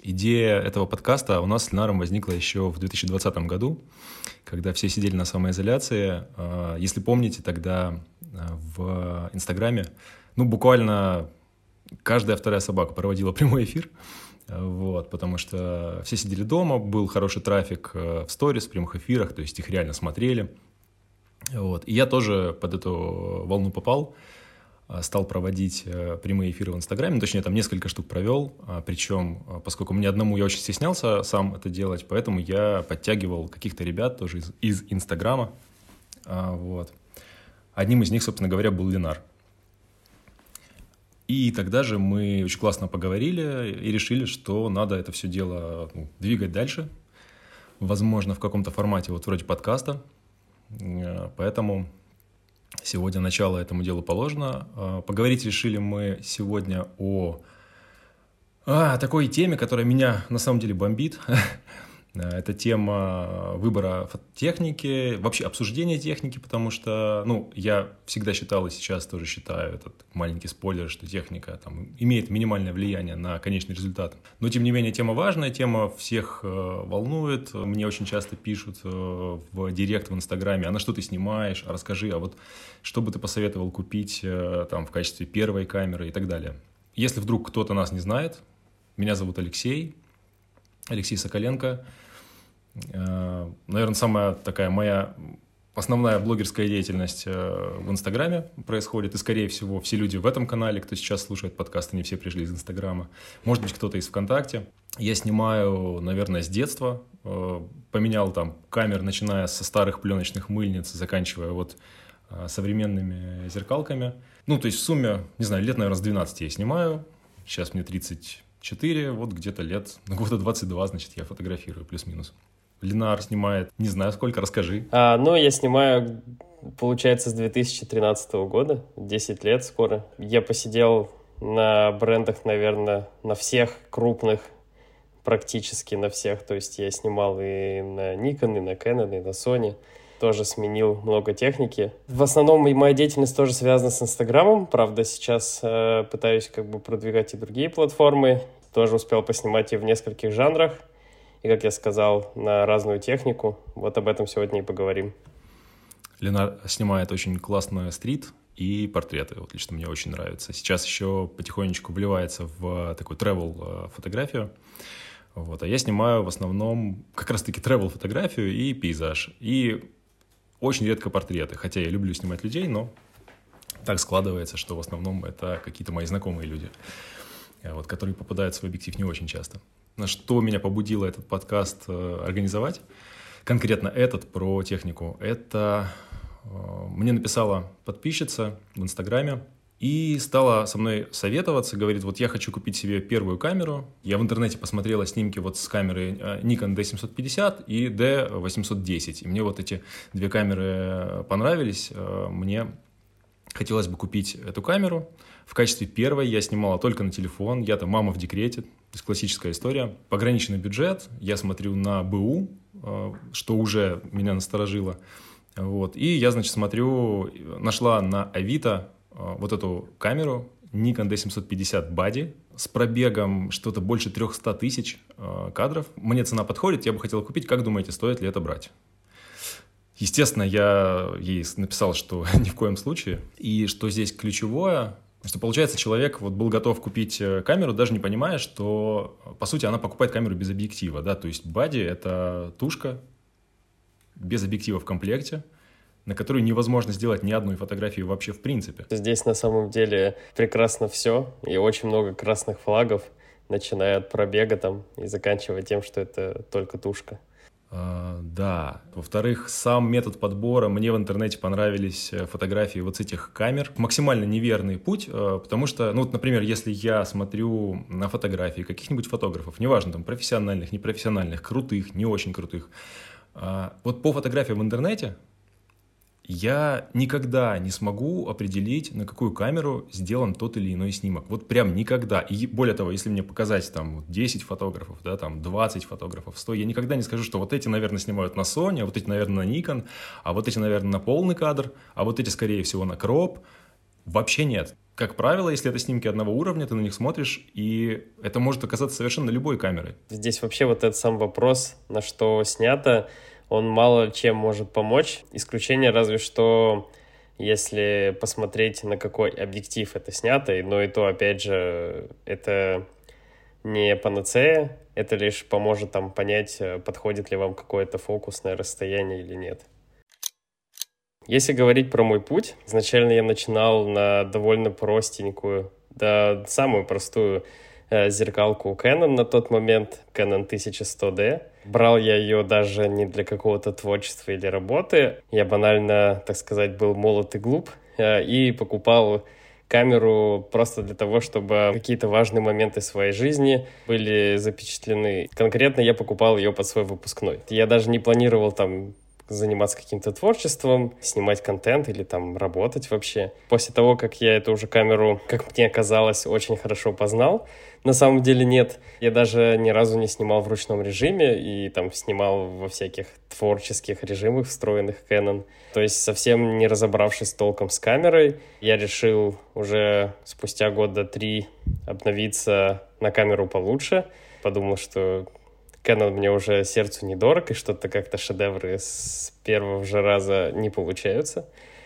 Идея этого подкаста у нас с Ленаром возникла еще в 2020 году, когда все сидели на самоизоляции. Если помните, тогда в Инстаграме, буквально каждая вторая собака проводила прямой эфир, потому что все сидели дома, был хороший трафик в сторис, в прямых эфирах, то есть их реально смотрели. И я тоже под эту волну попал. Стал проводить прямые эфиры в Инстаграме, точнее, там несколько штук провел, причем, поскольку мне одному я очень стеснялся сам это делать, поэтому я подтягивал каких-то ребят тоже из Инстаграма, Одним из них, собственно говоря, был Ленар. И тогда же мы очень классно поговорили и решили, что надо это все дело двигать дальше, возможно, в каком-то формате, вроде подкаста, поэтому... Сегодня начало этому делу положено. Поговорить решили мы сегодня о такой теме, которая меня на самом деле бомбит. Это тема выбора техники, вообще обсуждения техники, потому что, я всегда считал и сейчас тоже считаю, этот маленький спойлер, что техника имеет минимальное влияние на конечный результат. Но, тем не менее, тема важная, тема всех волнует. Мне очень часто пишут в директ в Инстаграме: а на что ты снимаешь, расскажи, что бы ты посоветовал купить в качестве первой камеры и так далее. Если вдруг кто-то нас не знает, меня зовут Алексей Соколенко. Наверное, самая такая моя основная блогерская деятельность в Инстаграме происходит. И, скорее всего, все люди в этом канале, кто сейчас слушает подкасты, не все пришли из Инстаграма. Может быть, кто-то из ВКонтакте. Я снимаю, наверное, с детства. Поменял камер, начиная со старых пленочных мыльниц, заканчивая современными зеркалками. То есть в сумме, не знаю, лет, наверное, с 12 я снимаю. Сейчас мне 34, где-то года 22, значит, я фотографирую, плюс-минус. Ленар снимает, не знаю сколько, расскажи. Я снимаю, получается, с 2013 года, 10 лет скоро. Я посидел на брендах, наверное, на всех крупных, практически на всех. То есть я снимал и на Nikon, и на Canon, и на Sony. Тоже сменил много техники. В основном и моя деятельность тоже связана с Инстаграмом. Правда, сейчас пытаюсь продвигать и другие платформы. Тоже успел поснимать и в нескольких жанрах. И, как я сказал, на разную технику. Об этом сегодня и поговорим. Ленар снимает очень классную стрит и портреты. Лично мне очень нравится. Сейчас еще потихонечку вливается в такую travel-фотографию. А я снимаю в основном как раз-таки travel-фотографию и пейзаж. И очень редко портреты. Хотя я люблю снимать людей, но так складывается, что в основном это какие-то мои знакомые люди, которые попадаются в объектив не очень часто. На что меня побудило этот подкаст организовать, конкретно этот про технику, это мне написала подписчица в Инстаграме и стала со мной советоваться, говорит: я хочу купить себе первую камеру. Я в интернете посмотрела снимки с камеры Nikon D750 и D810, и мне эти две камеры понравились, мне хотелось бы купить эту камеру. В качестве первой я снимала только на телефон, я мама в декрете, то есть классическая история. Пограничный бюджет, я смотрю на БУ, что уже меня насторожило. И я, смотрю, нашла на Авито эту камеру Nikon D750 Buddy с пробегом что-то больше 300 тысяч кадров. Мне цена подходит, я бы хотел купить. Как думаете, стоит ли это брать? Естественно, я ей написал, что ни в коем случае. И что здесь ключевое, что получается, человек был готов купить камеру, даже не понимая, что, по сути, она покупает камеру без объектива. То есть Buddy — это тушка без объектива в комплекте, на которую невозможно сделать ни одной фотографии вообще в принципе. Здесь на самом деле прекрасно все, и очень много красных флагов, начиная от пробега и заканчивая тем, что это только тушка. Да. Во-вторых, сам метод подбора. Мне в интернете понравились фотографии с этих камер. Максимально неверный путь, потому что, например, если я смотрю на фотографии каких-нибудь фотографов, неважно, профессиональных, непрофессиональных, крутых, не очень крутых, по фотографиям в интернете я никогда не смогу определить, на какую камеру сделан тот или иной снимок. Прям никогда. И более того, если мне показать 10 фотографов, 20 фотографов, 100, я никогда не скажу, что эти, наверное, снимают на Sony, а эти, наверное, на Nikon, а эти, наверное, на полный кадр, а эти, скорее всего, на кроп. Вообще нет. Как правило, если это снимки одного уровня, ты на них смотришь, и это может оказаться совершенно любой камерой. Здесь вообще вот этот сам вопрос, на что снято, он мало чем может помочь. Исключение разве что, если посмотреть, на какой объектив это снято, но и то, опять же, это не панацея, это лишь поможет там понять, подходит ли вам какое-то фокусное расстояние или нет. Если говорить про мой путь, изначально я начинал на довольно простенькую, да самую простую зеркалку Canon на тот момент, Canon 1100D. Брал я ее даже не для какого-то творчества или работы. Я банально, так сказать, был молод и глуп и покупал камеру просто для того, чтобы какие-то важные моменты своей жизни были запечатлены. Конкретно я покупал ее под свой выпускной. Я даже не планировал там заниматься каким-то творчеством, снимать контент или там работать вообще. После того, как я эту уже камеру, как мне казалось, очень хорошо познал, на самом деле нет. Я даже ни разу не снимал в ручном режиме и там снимал во всяких творческих режимах, встроенных Canon. То есть совсем не разобравшись толком с камерой, я решил уже спустя года 3 обновиться на камеру получше. Подумал, что Canon мне уже сердцу недорог, и что-то как-то шедевры с первого же раза не получаются.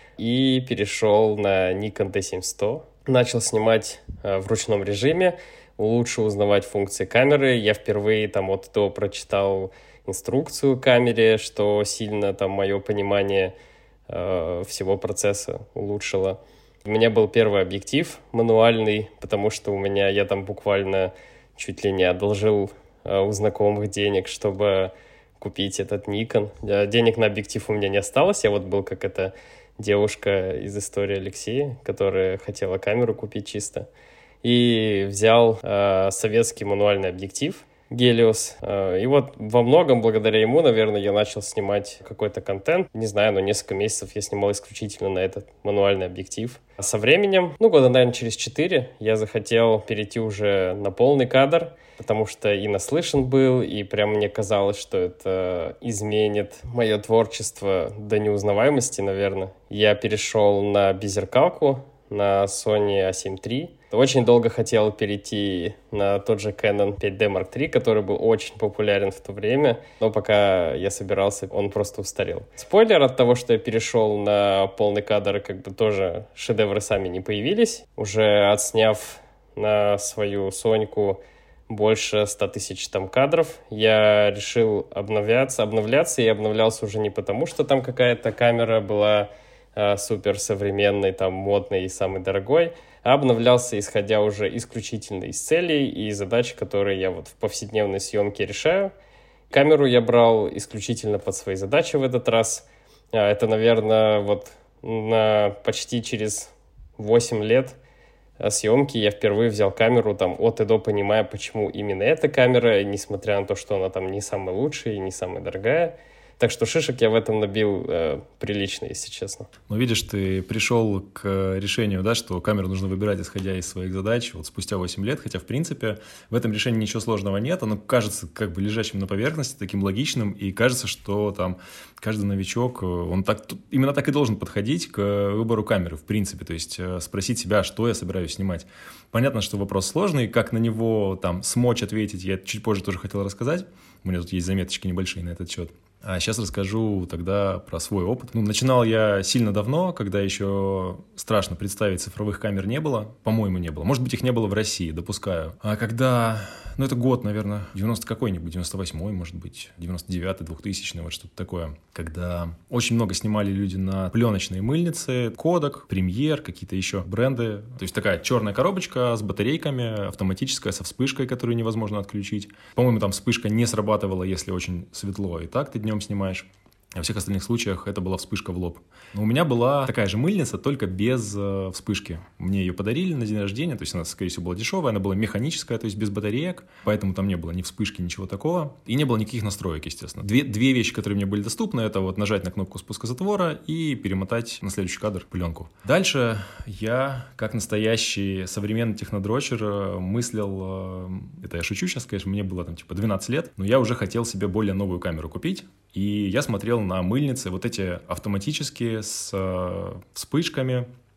И перешел на Nikon D7100. Начал снимать в ручном режиме, лучше узнавать функции камеры. Я впервые там от и до прочитал инструкцию к камере, что сильно там мое понимание всего процесса улучшило. У меня был первый объектив мануальный, потому что я там буквально чуть ли не одолжил у знакомых денег, чтобы купить этот Nikon. Денег на объектив у меня не осталось. Я вот был как эта девушка из истории Алексея, которая хотела камеру купить чисто. И взял советский мануальный объектив Helios. И вот во многом благодаря ему, наверное, я начал снимать какой-то контент. Не знаю, но несколько месяцев я снимал исключительно на этот мануальный объектив. А со временем, года, наверное, через 4, я захотел перейти уже на полный кадр, потому что и наслышан был, и прям мне казалось, что это изменит мое творчество до неузнаваемости, наверное. Я перешел на беззеркалку, на Sony A7 III. Очень долго хотел перейти на тот же Canon 5D Mark III, который был очень популярен в то время, но пока я собирался, он просто устарел. Спойлер от того, что я перешел на полный кадр, как бы тоже шедевры сами не появились. Уже отсняв на свою Соньку больше 100 тысяч там кадров, я решил обновляться, и обновлялся уже не потому, что там какая-то камера была супер современной, там модной и самой дорогой, а обновлялся, исходя уже исключительно из целей и задач, которые я вот в повседневной съемке решаю. Камеру я брал исключительно под свои задачи в этот раз. Это, наверное, вот почти через 8 лет съемки я впервые взял камеру там от и до, понимая, почему именно эта камера, несмотря на то, что она там не самая лучшая и не самая дорогая. Так что шишек я в этом набил прилично, если честно. Ну, видишь, ты пришел к решению, да, что камеру нужно выбирать, исходя из своих задач, вот спустя 8 лет, хотя, в принципе, в этом решении ничего сложного нет, оно кажется как бы лежащим на поверхности, таким логичным, и кажется, что там каждый новичок, он именно так и должен подходить к выбору камеры, в принципе, то есть спросить себя, что я собираюсь снимать. Понятно, что вопрос сложный, как на него там смочь ответить, я чуть позже тоже хотел рассказать, у меня тут есть заметочки небольшие на этот счет. А сейчас расскажу тогда про свой опыт. Начинал я сильно давно, когда еще страшно представить, цифровых камер не было. По-моему, не было. Может быть, их не было в России, допускаю. А когда... это год, наверное, 90 какой-нибудь, 98-й, может быть, 99-й, 2000-й, вот что-то такое. Когда очень много снимали люди на пленочные мыльницы, Kodak, Premiere, какие-то еще бренды. То есть такая черная коробочка с батарейками, автоматическая, со вспышкой, которую невозможно отключить. По-моему, там вспышка не срабатывала, если очень светло. И так ты днем снимаешь. Во всех остальных случаях это была вспышка в лоб. Но у меня была такая же мыльница, только без вспышки. Мне ее подарили на день рождения, то есть она, скорее всего, была дешевая, она была механическая, то есть без батареек, поэтому там не было ни вспышки, ничего такого. И не было никаких настроек, естественно. Две вещи, которые мне были доступны, это вот нажать на кнопку спуска затвора и перемотать на следующий кадр пленку. Дальше я, как настоящий современный технодрочер, мыслил, это я шучу сейчас, конечно, мне было там типа 12 лет, но я уже хотел себе более новую камеру купить. И я смотрел на мыльницы, вот эти автоматические, с вспышками,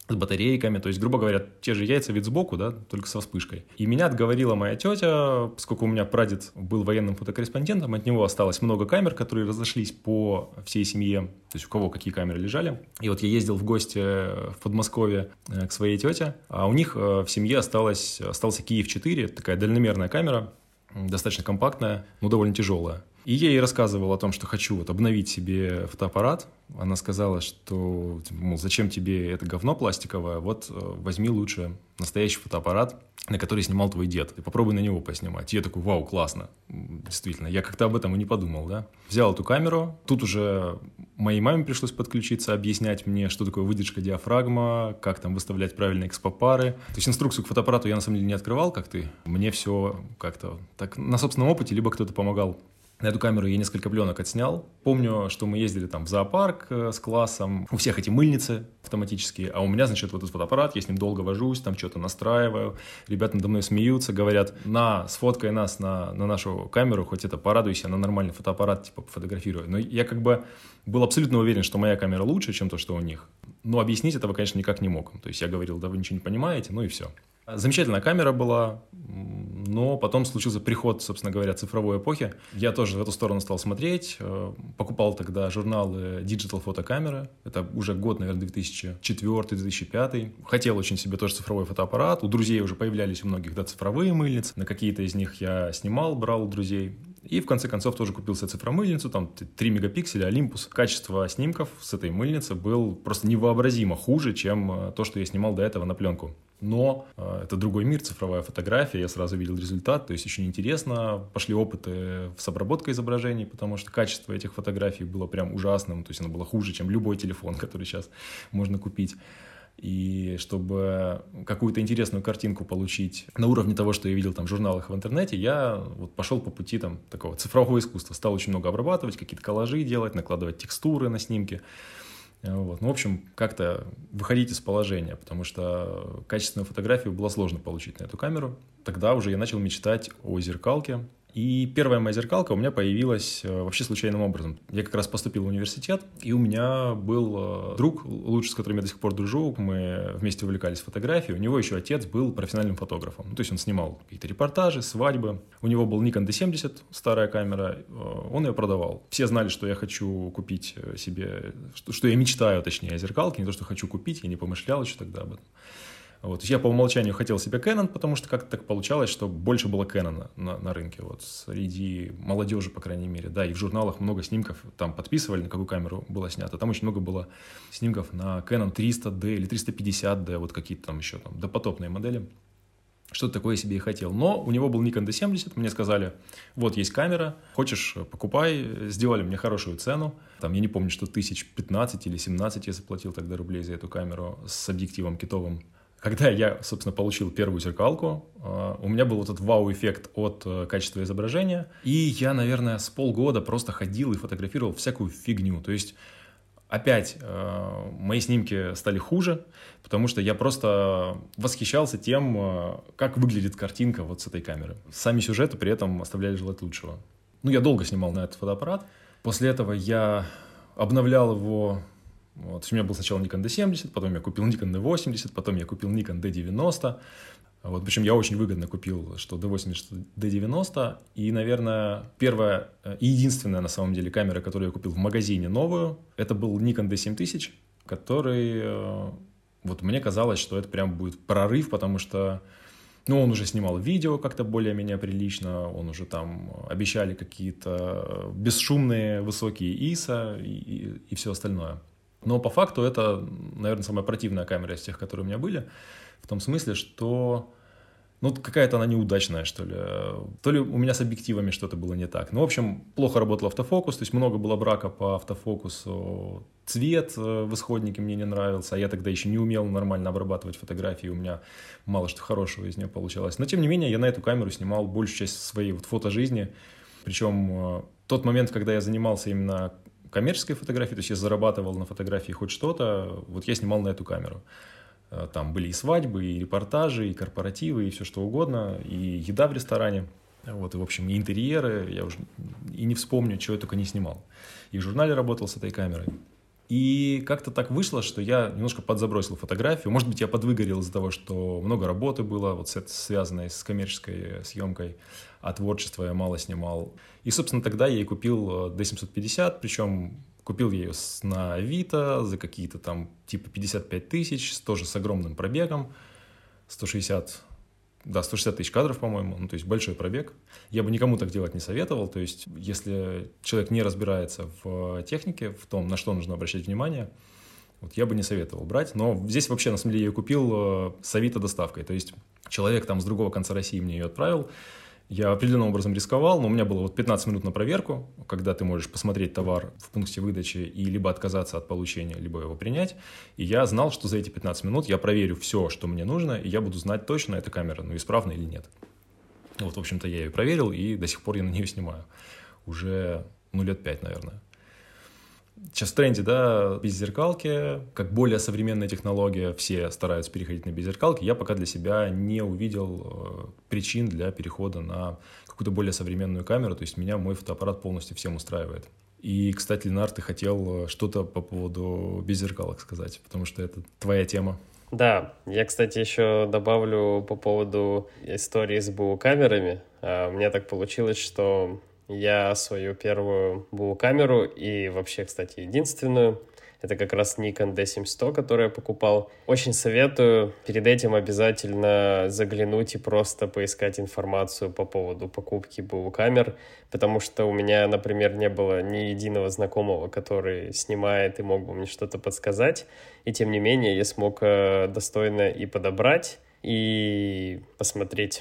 с батарейками, то есть, грубо говоря, те же яйца вид сбоку, да, только со вспышкой. И меня отговорила моя тетя, поскольку у меня прадед был военным фотокорреспондентом, от него осталось много камер, которые разошлись по всей семье, то есть у кого какие камеры лежали. И вот я ездил в гости в Подмосковье к своей тете, а у них в семье остался Киев-4, такая дальномерная камера, достаточно компактная, но довольно тяжелая. И я ей рассказывал о том, что хочу вот обновить себе фотоаппарат. Она сказала, что, мол, зачем тебе это говно пластиковое, вот возьми лучше настоящий фотоаппарат, на который снимал твой дед, и попробуй на него поснимать. И я такой, вау, классно, действительно, я как-то об этом и не подумал, да. Взял эту камеру, тут уже моей маме пришлось подключиться, объяснять мне, что такое выдержка диафрагма, как там выставлять правильные экспопары. То есть инструкцию к фотоаппарату я на самом деле не открывал, как ты. Мне все как-то так на собственном опыте, либо кто-то помогал. На эту камеру я несколько пленок отснял. Помню, что мы ездили там в зоопарк с классом. У всех эти мыльницы автоматические, а у меня, значит, вот этот фотоаппарат, я с ним долго вожусь, там что-то настраиваю. Ребята надо мной смеются, говорят, сфоткай нас на нашу камеру, хоть это порадуйся, на нормальный фотоаппарат, типа, пофотографирую. Но я как бы был абсолютно уверен, что моя камера лучше, чем то, что у них. Но объяснить этого, конечно, никак не мог. То есть я говорил, да вы ничего не понимаете, ну и все. Замечательная камера была, но потом случился приход, собственно говоря, цифровой эпохи. Я тоже в эту сторону стал смотреть, покупал тогда журналы Digital фотокамеры, это уже год, наверное, 2004-2005. Хотел очень себе тоже цифровой фотоаппарат, у друзей уже появлялись у многих, да, цифровые мыльницы, на какие-то из них я снимал, брал у друзей. И в конце концов тоже купил себе цифромыльницу, там 3 мегапикселя, Olympus. Качество снимков с этой мыльницы было просто невообразимо хуже, чем то, что я снимал до этого на пленку. Но это другой мир, цифровая фотография, я сразу видел результат, то есть очень интересно. Пошли опыты с обработкой изображений, потому что качество этих фотографий было прям ужасным, то есть оно было хуже, чем любой телефон, который сейчас можно купить. И чтобы какую-то интересную картинку получить на уровне того, что я видел там в журналах в интернете, я вот пошел по пути там такого цифрового искусства. Стал очень много обрабатывать, какие-то коллажи делать, накладывать текстуры на снимки. Вот. Ну, в общем, как-то выходить из положения, потому что качественную фотографию было сложно получить на эту камеру. Тогда уже я начал мечтать о зеркалке. И первая моя зеркалка у меня появилась вообще случайным образом. Я как раз поступил в университет, и у меня был друг, лучший, с которым я до сих пор дружу, мы вместе увлекались фотографией. У него еще отец был профессиональным фотографом. Ну, то есть он снимал какие-то репортажи, свадьбы. У него был Nikon D70, старая камера, он ее продавал. Все знали, что я хочу купить себе, что я мечтаю, точнее, о зеркалке, не то, что хочу купить, я не помышлял еще тогда об этом. Вот. Я по умолчанию хотел себе Canon, потому что как-то так получалось, что больше было Canon на рынке, вот, среди молодежи, по крайней мере. Да, и в журналах много снимков там подписывали, на какую камеру было снято. Там очень много было снимков на Canon 300D или 350D, вот какие-то там еще там допотопные модели. Что-то такое я себе и хотел. Но у него был Nikon D70, мне сказали, вот есть камера, хочешь, покупай. Сделали мне хорошую цену. Там, я не помню, что 1015 или 17 я заплатил тогда рублей за эту камеру с объективом китовым. Когда я, собственно, получил первую зеркалку, у меня был вот этот вау-эффект от качества изображения, и я, наверное, с полгода просто ходил и фотографировал всякую фигню. То есть опять мои снимки стали хуже, потому что я просто восхищался тем, как выглядит картинка вот с этой камеры. Сами сюжеты при этом оставляли желать лучшего. Ну, я долго снимал на этот фотоаппарат. После этого я обновлял его. Вот. У меня был сначала Nikon D70, потом я купил Nikon D80, потом я купил Nikon D90. Вот. Причем я очень выгодно купил что D80, что D90. И, наверное, первая и единственная на самом деле камера, которую я купил в магазине новую, это был Nikon D7000, который... Вот мне казалось, что это прям будет прорыв, потому что он уже снимал видео как-то более-менее прилично, он уже там обещали какие-то бесшумные высокие ISO и все остальное. Но по факту это, наверное, самая противная камера из тех, которые у меня были, в том смысле, что какая-то она неудачная, что ли. То ли у меня с объективами что-то было не так. В общем, плохо работал автофокус, то есть много было брака по автофокусу. Цвет в исходнике мне не нравился, а я тогда еще не умел нормально обрабатывать фотографии, у меня мало что хорошего из нее получалось. Но, тем не менее, я на эту камеру снимал большую часть своей фотожизни. Причем тот момент, когда я занимался именно коммерческой фотографией, то есть я зарабатывал на фотографии хоть что-то, вот я снимал на эту камеру. Там были и свадьбы, и репортажи, и корпоративы, и все что угодно, и еда в ресторане, вот, и, в общем, и интерьеры, я уже и не вспомню, чего я только не снимал. И в журнале работал с этой камерой. И как-то так вышло, что я немножко подзабросил фотографию. Может быть, я подвыгорел из-за того, что много работы было, вот связанной с коммерческой съемкой, а творчество я мало снимал. И, собственно, тогда я и купил D750, причем купил я ее на Авито за какие-то там типа 55 тысяч, тоже с огромным пробегом, 160 тысяч кадров, по-моему, ну, то есть большой пробег. Я бы никому так делать не советовал, то есть если человек не разбирается в технике, в том, на что нужно обращать внимание, вот я бы не советовал брать. Но здесь вообще, на самом деле, я ее купил с Авито доставкой, то есть человек там с другого конца России мне ее отправил. Я определенным образом рисковал, но у меня было вот 15 минут на проверку, когда ты можешь посмотреть товар в пункте выдачи и либо отказаться от получения, либо его принять. И я знал, что за эти 15 минут я проверю все, что мне нужно, и я буду знать точно, эта камера, ну, исправна или нет. Вот, в общем-то, я ее проверил, и до сих пор я на нее снимаю. Уже, лет 5, наверное. Сейчас в тренде, да, беззеркалки, как более современная технология, все стараются переходить на беззеркалки. Я пока для себя не увидел причин для перехода на какую-то более современную камеру, то есть меня мой фотоаппарат полностью всем устраивает. И, кстати, Ленар, ты хотел что-то по поводу беззеркалок сказать, потому что это твоя тема. Да, я, кстати, еще добавлю по поводу истории с БУ-камерами. У меня так получилось, что я свою первую БУ-камеру и вообще, кстати, единственную, это как раз Nikon D700, который я покупал. Очень советую перед этим обязательно заглянуть и просто поискать информацию по поводу покупки БУ-камер, потому что у меня, например, не было ни единого знакомого, который снимает и мог бы мне что-то подсказать, и тем не менее я смог достойно и подобрать, и посмотреть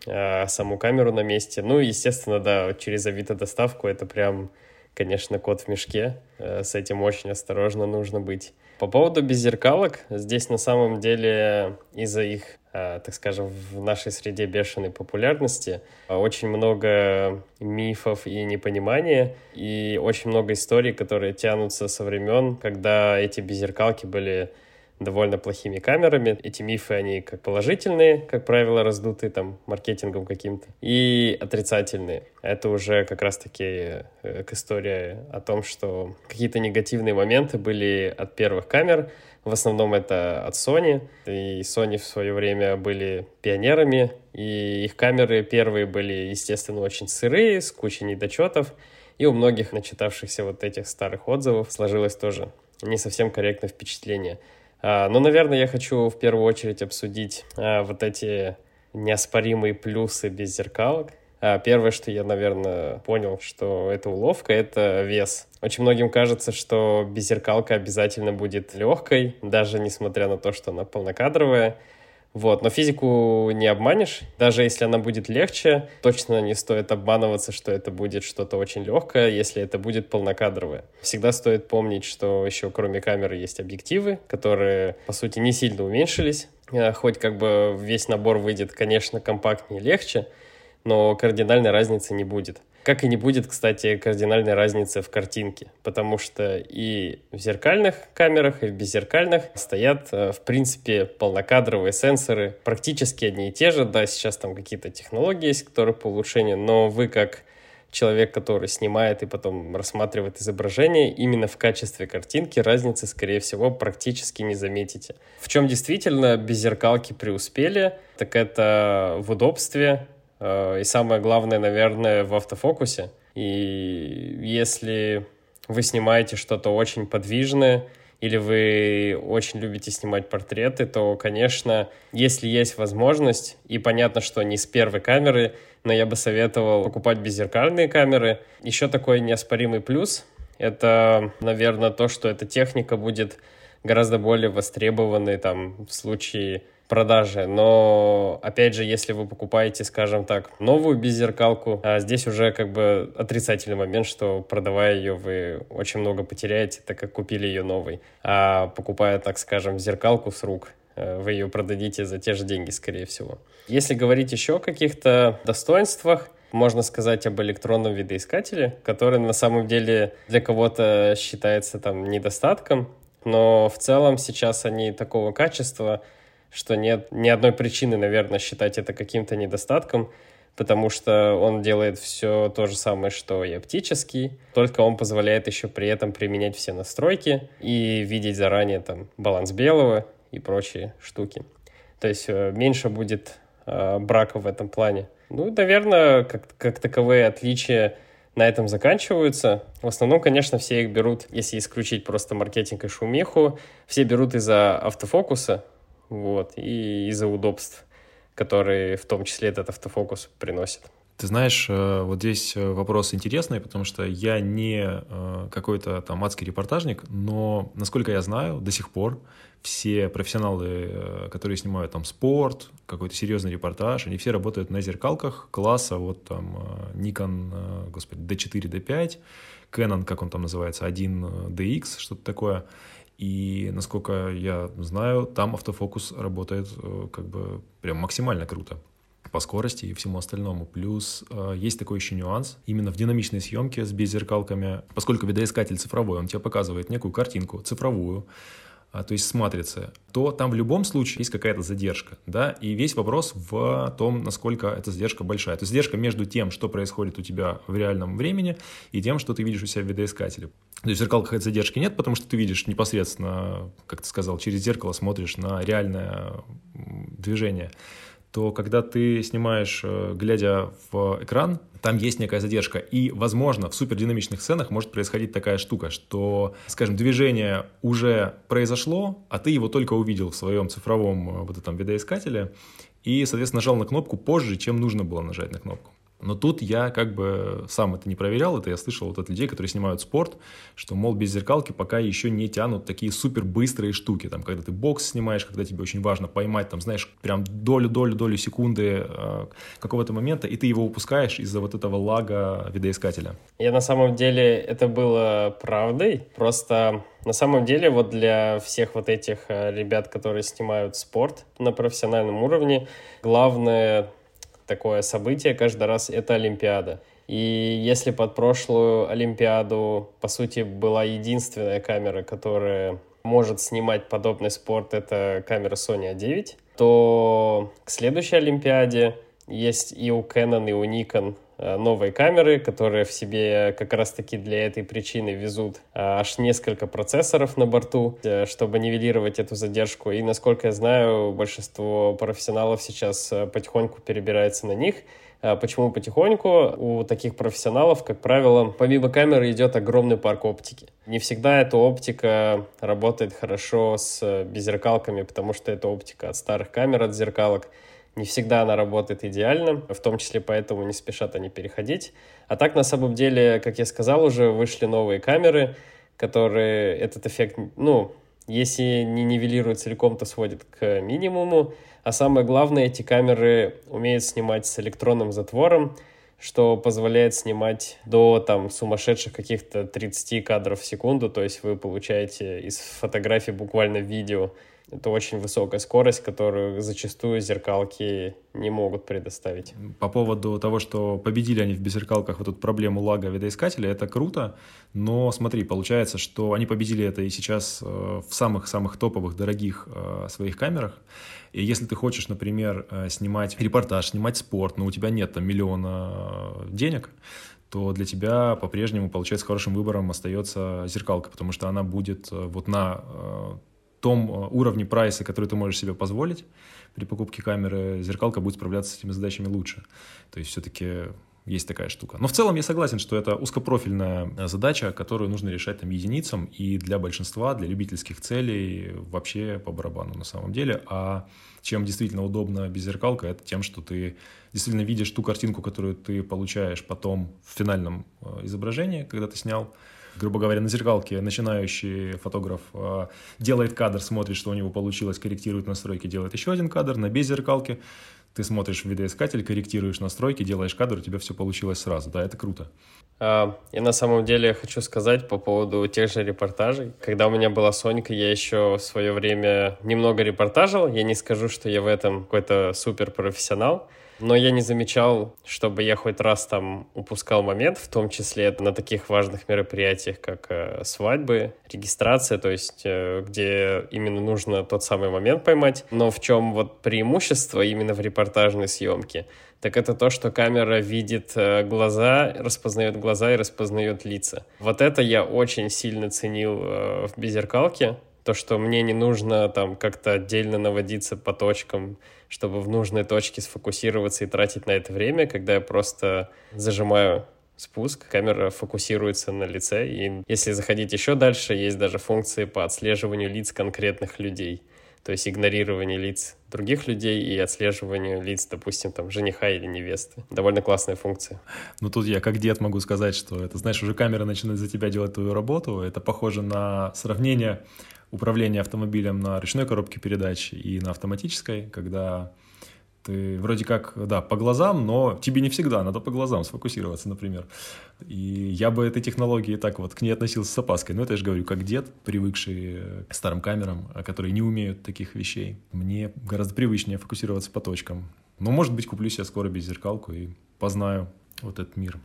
саму камеру на месте. Ну, естественно, да, через Авито доставку это прям, конечно, кот в мешке. С этим очень осторожно нужно быть. По поводу беззеркалок, здесь на самом деле из-за их, так скажем, в нашей среде бешеной популярности очень много мифов и непонимания, и очень много историй, которые тянутся со времен, когда эти беззеркалки были довольно плохими камерами. Эти мифы, они как положительные, как правило, раздуты там маркетингом каким-то, и отрицательные. Это уже как раз-таки к истории о том, что какие-то негативные моменты были от первых камер. В основном это от Sony. И Sony в свое время были пионерами, и их камеры первые были, естественно, очень сырые, с кучей недочетов. И у многих, начитавшихся вот этих старых отзывов, сложилось тоже не совсем корректное впечатление. Но, наверное, я хочу в первую очередь обсудить вот эти неоспоримые плюсы беззеркалок. Первое, что я, наверное, понял, что это уловка, это вес. Очень многим кажется, что беззеркалка обязательно будет легкой, даже несмотря на то, что она полнокадровая. Вот, но физику не обманешь. Даже если она будет легче, точно не стоит обманываться, что это будет что-то очень легкое, если это будет полнокадровое. Всегда стоит помнить, что еще кроме камеры есть объективы, которые, по сути, не сильно уменьшились. Хоть как бы весь набор выйдет, конечно, компактнее и легче, но кардинальной разницы не будет. Как и не будет, кстати, кардинальной разницы в картинке, потому что и в зеркальных камерах, и в беззеркальных стоят, в принципе, полнокадровые сенсоры, практически одни и те же. Да, сейчас там какие-то технологии есть, которые по улучшению, но вы как человек, который снимает и потом рассматривает изображение, именно в качестве картинки разницы, скорее всего, практически не заметите. В чем действительно беззеркалки преуспели, так это в удобстве, и самое главное, наверное, в автофокусе. И если вы снимаете что-то очень подвижное, или вы очень любите снимать портреты, то, конечно, если есть возможность, и понятно, что не с первой камеры, но я бы советовал покупать беззеркальные камеры. Еще такой неоспоримый плюс — это, наверное, то, что эта техника будет гораздо более востребованной там, в случае продажи. Но, опять же, если вы покупаете, скажем так, новую беззеркалку, здесь уже как бы отрицательный момент, что продавая ее, вы очень много потеряете, так как купили ее новой. А покупая, так скажем, зеркалку с рук, вы ее продадите за те же деньги, скорее всего. Если говорить еще о каких-то достоинствах, можно сказать об электронном видоискателе, который на самом деле для кого-то считается там недостатком, но в целом сейчас они такого качества, что нет ни одной причины, наверное, считать это каким-то недостатком, потому что он делает все то же самое, что и оптический, только он позволяет еще при этом применять все настройки и видеть заранее там баланс белого и прочие штуки. То есть меньше будет брака в этом плане. Ну, наверное, как таковые отличия на этом заканчиваются. В основном, конечно, все их берут, если исключить просто маркетинг и шумиху, все берут из-за автофокуса, вот, и из-за удобств, которые в том числе этот автофокус приносит. Ты знаешь, вот здесь вопрос интересный, потому что я не какой-то там адский репортажник, но, насколько я знаю, до сих пор все профессионалы, которые снимают там спорт, какой-то серьезный репортаж, они все работают на зеркалках класса, вот там Nikon, D4, D5, Canon, как он там называется, 1DX, что-то такое. И, насколько я знаю, там автофокус работает как бы прям максимально круто по скорости и всему остальному. Плюс есть такой еще нюанс. Именно в динамичной съемке с беззеркалками, поскольку видоискатель цифровой, он тебе показывает некую картинку цифровую, то есть с матрицы, то там в любом случае есть какая-то задержка, да, и весь вопрос в том, насколько эта задержка большая. То есть задержка между тем, что происходит у тебя в реальном времени, и тем, что ты видишь у себя в видоискателе. То есть в зеркалках этой задержки нет, потому что ты видишь непосредственно, как ты сказал, через зеркало смотришь на реальное движение. То когда ты снимаешь, глядя в экран, там есть некая задержка. И, возможно, в супердинамичных сценах может происходить такая штука, что, скажем, движение уже произошло, а ты его только увидел в своем цифровом вот этом видоискателе и, соответственно, нажал на кнопку позже, чем нужно было нажать на кнопку. Но тут я как бы сам это не проверял, это я слышал вот от людей, которые снимают спорт, что, мол, без зеркалки пока еще не тянут такие супер быстрые штуки, там, когда ты бокс снимаешь, когда тебе очень важно поймать, там, знаешь, прям долю секунды какого-то момента, и ты его упускаешь из-за вот этого лага видоискателя. И на самом деле это было правдой, просто на самом деле вот для всех вот этих ребят, которые снимают спорт на профессиональном уровне, главное такое событие каждый раз — это Олимпиада. И если под прошлую Олимпиаду, по сути, была единственная камера, которая может снимать подобный спорт, это камера Sony A9, то к следующей Олимпиаде есть и у Canon, и у Nikon новые камеры, которые в себе как раз-таки для этой причины везут аж несколько процессоров на борту, чтобы нивелировать эту задержку. И, насколько я знаю, большинство профессионалов сейчас потихоньку перебирается на них. Почему потихоньку? У таких профессионалов, как правило, помимо камеры идет огромный парк оптики. Не всегда эта оптика работает хорошо с беззеркалками, потому что это оптика от старых камер, от зеркалок. Не всегда она работает идеально, в том числе поэтому не спешат они переходить. А так, на самом деле, как я сказал, уже вышли новые камеры, которые этот эффект, если не нивелируют целиком, то сводят к минимуму. А самое главное, эти камеры умеют снимать с электронным затвором, что позволяет снимать до сумасшедших каких-то 30 кадров в секунду, то есть вы получаете из фотографий буквально видео. Это очень высокая скорость, которую зачастую зеркалки не могут предоставить. По поводу того, что победили они в беззеркалках вот эту проблему лага видоискателя, это круто, но смотри, получается, что они победили это и сейчас в самых-самых топовых, дорогих своих камерах. И если ты хочешь, например, снимать репортаж, снимать спорт, но у тебя нет там миллиона денег, то для тебя по-прежнему, получается, хорошим выбором остается зеркалка, потому что она будет вот на том уровне прайса, который ты можешь себе позволить при покупке камеры, зеркалка будет справляться с этими задачами лучше. То есть все-таки есть такая штука. Но в целом я согласен, что это узкопрофильная задача, которую нужно решать единицам, и для большинства, для любительских целей вообще по барабану на самом деле. А чем действительно удобно беззеркалка, это тем, что ты действительно видишь ту картинку, которую ты получаешь потом в финальном изображении, когда ты снял. Грубо говоря, на зеркалке начинающий фотограф делает кадр, смотрит, что у него получилось, корректирует настройки, делает еще один кадр. На беззеркалке ты смотришь в видоискатель, корректируешь настройки, делаешь кадр, у тебя все получилось сразу. Да, это круто. Я на самом деле хочу сказать по поводу тех же репортажей. Когда у меня была Сонька, я еще в свое время немного репортажил. Я не скажу, что я в этом какой-то суперпрофессионал. Но я не замечал, чтобы я хоть раз там упускал момент, в том числе на таких важных мероприятиях, как свадьбы, регистрация, то есть где именно нужно тот самый момент поймать. Но в чем вот преимущество именно в репортажной съемке? Так это то, что камера видит глаза и распознает лица. Вот это я очень сильно ценил в беззеркалке. То, что мне не нужно там как-то отдельно наводиться по точкам, чтобы в нужной точке сфокусироваться и тратить на это время, когда я просто зажимаю спуск, камера фокусируется на лице. И если заходить еще дальше, есть даже функции по отслеживанию лиц конкретных людей. То есть игнорирование лиц других людей и отслеживание лиц, допустим, там, жениха или невесты. Довольно классная функция. Ну, тут я как дед могу сказать, что это, знаешь, уже камера начинает за тебя делать твою работу. Это похоже на сравнение управления автомобилем на ручной коробке передач и на автоматической, когда ты вроде как, да, по глазам, но тебе не всегда надо по глазам сфокусироваться, например. И я бы этой технологии так вот к ней относился с опаской. Но это я же говорю, как дед, привыкший к старым камерам, которые не умеют таких вещей. Мне гораздо привычнее фокусироваться по точкам. Но, может быть, куплю себе скоро беззеркалку и познаю вот этот мир.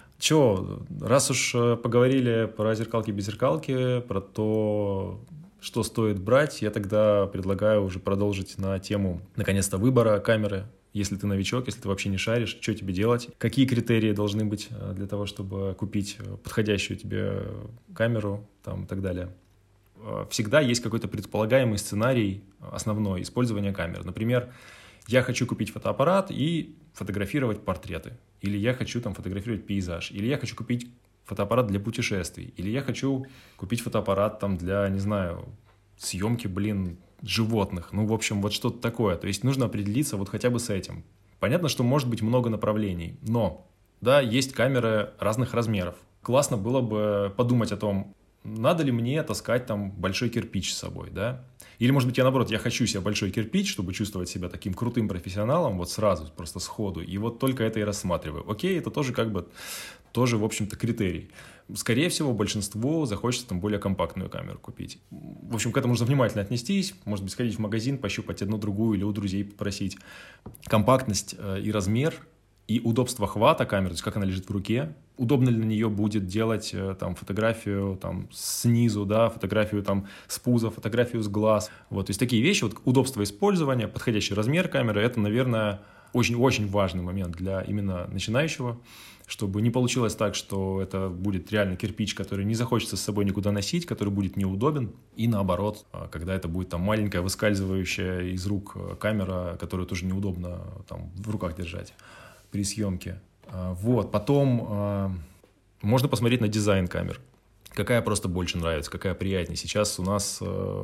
Чё, раз уж поговорили про зеркалки-беззеркалки, про то, что стоит брать, я тогда предлагаю уже продолжить на тему, наконец-то, выбора камеры. Если ты новичок, если ты вообще не шаришь, что тебе делать, какие критерии должны быть для того, чтобы купить подходящую тебе камеру там, и так далее. Всегда есть какой-то предполагаемый сценарий основной использования камеры. Например, я хочу купить фотоаппарат и фотографировать портреты. Или я хочу там фотографировать пейзаж. Или я хочу купить фотоаппарат для путешествий. Или я хочу купить фотоаппарат там для, не знаю, съемки, животных. Ну, в общем, вот что-то такое. То есть нужно определиться вот хотя бы с этим. Понятно, что может быть много направлений, но, да, есть камеры разных размеров. Классно было бы подумать о том, надо ли мне таскать там большой кирпич с собой, да? Или, может быть, я наоборот, я хочу себе большой кирпич, чтобы чувствовать себя таким крутым профессионалом, вот сразу, просто сходу, и вот только это и рассматриваю. Окей, это тоже как бы, тоже, в общем-то, критерий. Скорее всего, большинству захочется там более компактную камеру купить. В общем, к этому нужно внимательно отнестись, может быть, сходить в магазин, пощупать одну, другую или у друзей попросить. Компактность и размер, и удобство хвата камеры, то есть как она лежит в руке, удобно ли на нее будет делать там, фотографию там, снизу, да, фотографию там, с пуза, фотографию с глаз. Вот, то есть такие вещи, вот, удобство использования, подходящий размер камеры, это, наверное, очень-очень важный момент для именно начинающего, чтобы не получилось так, что это будет реально кирпич, который не захочется с собой никуда носить, который будет неудобен, и наоборот, когда это будет там маленькая выскальзывающая из рук камера, которую тоже неудобно там, в руках держать при съемке. Вот, потом можно посмотреть на дизайн камер. Какая просто больше нравится, какая приятнее. Сейчас у нас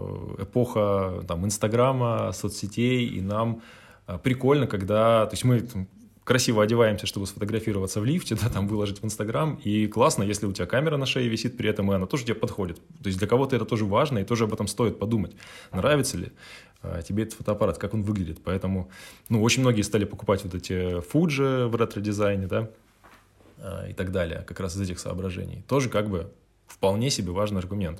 эпоха там, Инстаграма, соцсетей, и нам прикольно, когда... То есть мы красиво одеваемся, чтобы сфотографироваться в лифте, да, там выложить в Инстаграм, и классно, если у тебя камера на шее висит при этом, и она тоже тебе подходит. То есть для кого-то это тоже важно, и тоже об этом стоит подумать. Нравится ли тебе этот фотоаппарат, как он выглядит. Поэтому, очень многие стали покупать вот эти Fuji в ретро-дизайне, да, и так далее, как раз из этих соображений. Тоже как бы вполне себе важный аргумент.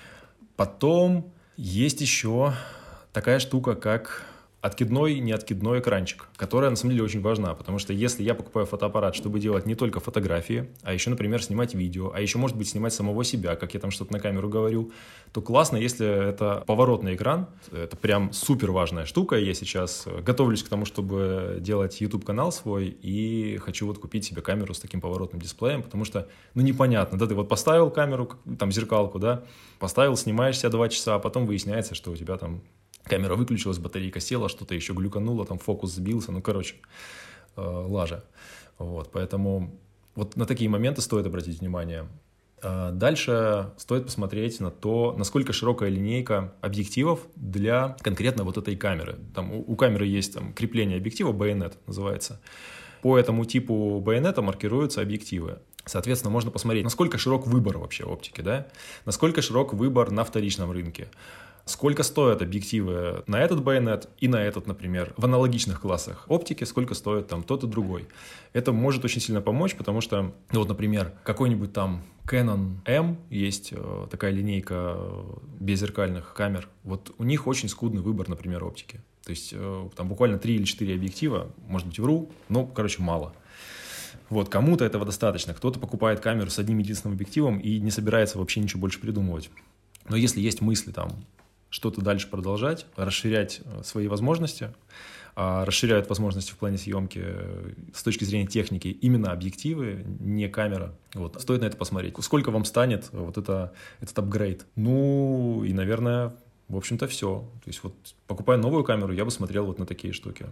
Потом есть еще такая штука, как откидной, неоткидной экранчик, которая на самом деле очень важна, потому что если я покупаю фотоаппарат, чтобы делать не только фотографии, а еще, например, снимать видео, а еще, может быть, снимать самого себя, как я там что-то на камеру говорю, то классно, если это поворотный экран, это прям супер важная штука. Я сейчас готовлюсь к тому, чтобы делать YouTube-канал свой, и хочу вот купить себе камеру с таким поворотным дисплеем, потому что, непонятно, да, ты вот поставил камеру, там, зеркалку, да, поставил, снимаешь себя 2 часа, а потом выясняется, что у тебя там камера выключилась, батарейка села, что-то еще глюкануло, там фокус сбился, лажа. Вот, поэтому вот на такие моменты стоит обратить внимание. Дальше стоит посмотреть на то, насколько широкая линейка объективов для конкретно вот этой камеры. Там у камеры есть там, крепление объектива, байонет называется. По этому типу байонета маркируются объективы. Соответственно, можно посмотреть, насколько широк выбор вообще оптики, да? Насколько широк выбор на вторичном рынке. Сколько стоят объективы на этот байонет и на этот, например, в аналогичных классах оптики, сколько стоит там тот и другой. Это может очень сильно помочь, потому что, например, какой-нибудь там Canon M, есть такая линейка беззеркальных камер, вот у них очень скудный выбор, например, оптики. То есть там буквально 3 или 4 объектива, может быть, вру, но, короче, мало. Вот, кому-то этого достаточно. Кто-то покупает камеру с одним единственным объективом и не собирается вообще ничего больше придумывать. Но если есть мысли там что-то дальше продолжать, расширять свои возможности, расширяют возможности в плане съемки с точки зрения техники именно объективы, не камера. Вот. Стоит на это посмотреть. Сколько вам станет вот этот апгрейд? Ну, и, наверное, в общем-то, все. То есть вот покупая новую камеру, я бы смотрел вот на такие штуки.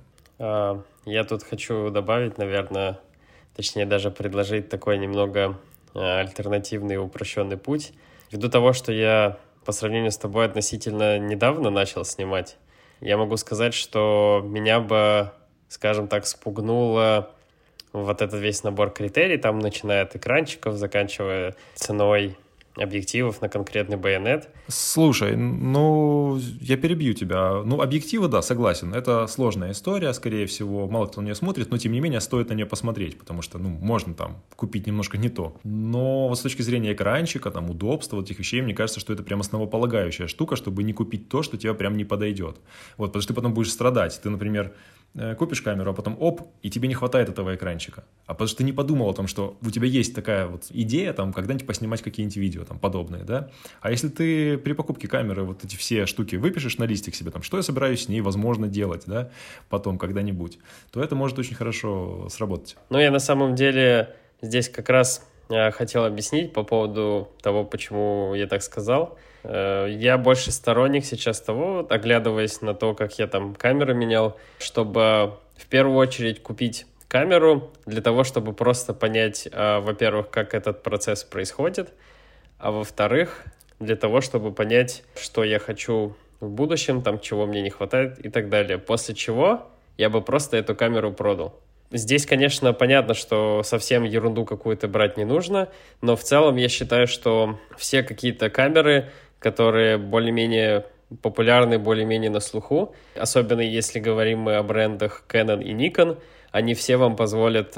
Я тут хочу добавить, наверное, точнее даже предложить такой немного альтернативный и упрощенный путь. Ввиду того, что я по сравнению с тобой относительно недавно начал снимать, я могу сказать, что меня бы, скажем так, спугнуло вот этот весь набор критерий, там начиная от экранчиков, заканчивая ценой объективов на конкретный байонет. Слушай, ну, я перебью тебя. Ну, объективы, да, согласен. Это сложная история, скорее всего. Мало кто на нее смотрит, но, тем не менее, стоит на нее посмотреть, потому что, ну, можно там купить немножко не то. Но вот с точки зрения экранчика, там, удобства, вот этих вещей, мне кажется, что это прям основополагающая штука, чтобы не купить то, что тебе прям не подойдет. Вот, потому что ты потом будешь страдать. Ты, например, купишь камеру, а потом оп, и тебе не хватает этого экранчика. А потому что ты не подумал о том, что у тебя есть такая вот идея, там, когда-нибудь поснимать какие-нибудь видео, там, подобные, да? А если ты при покупке камеры вот эти все штуки выпишешь на листик себе, там, что я собираюсь с ней, возможно, делать, да, потом, когда-нибудь, то это может очень хорошо сработать. Ну, я на самом деле здесь как раз хотел объяснить по поводу того, почему я так сказал. Я больше сторонник сейчас того, оглядываясь на то, как я там камеры менял, чтобы в первую очередь купить камеру для того, чтобы просто понять, во-первых, как этот процесс происходит, а во-вторых, для того, чтобы понять, что я хочу в будущем, там, чего мне не хватает и так далее. После чего я бы просто эту камеру продал. Здесь, конечно, понятно, что совсем ерунду какую-то брать не нужно, но в целом я считаю, что все какие-то камеры, которые более-менее популярны, более-менее на слуху, особенно если говорим мы о брендах Canon и Nikon, они все вам позволят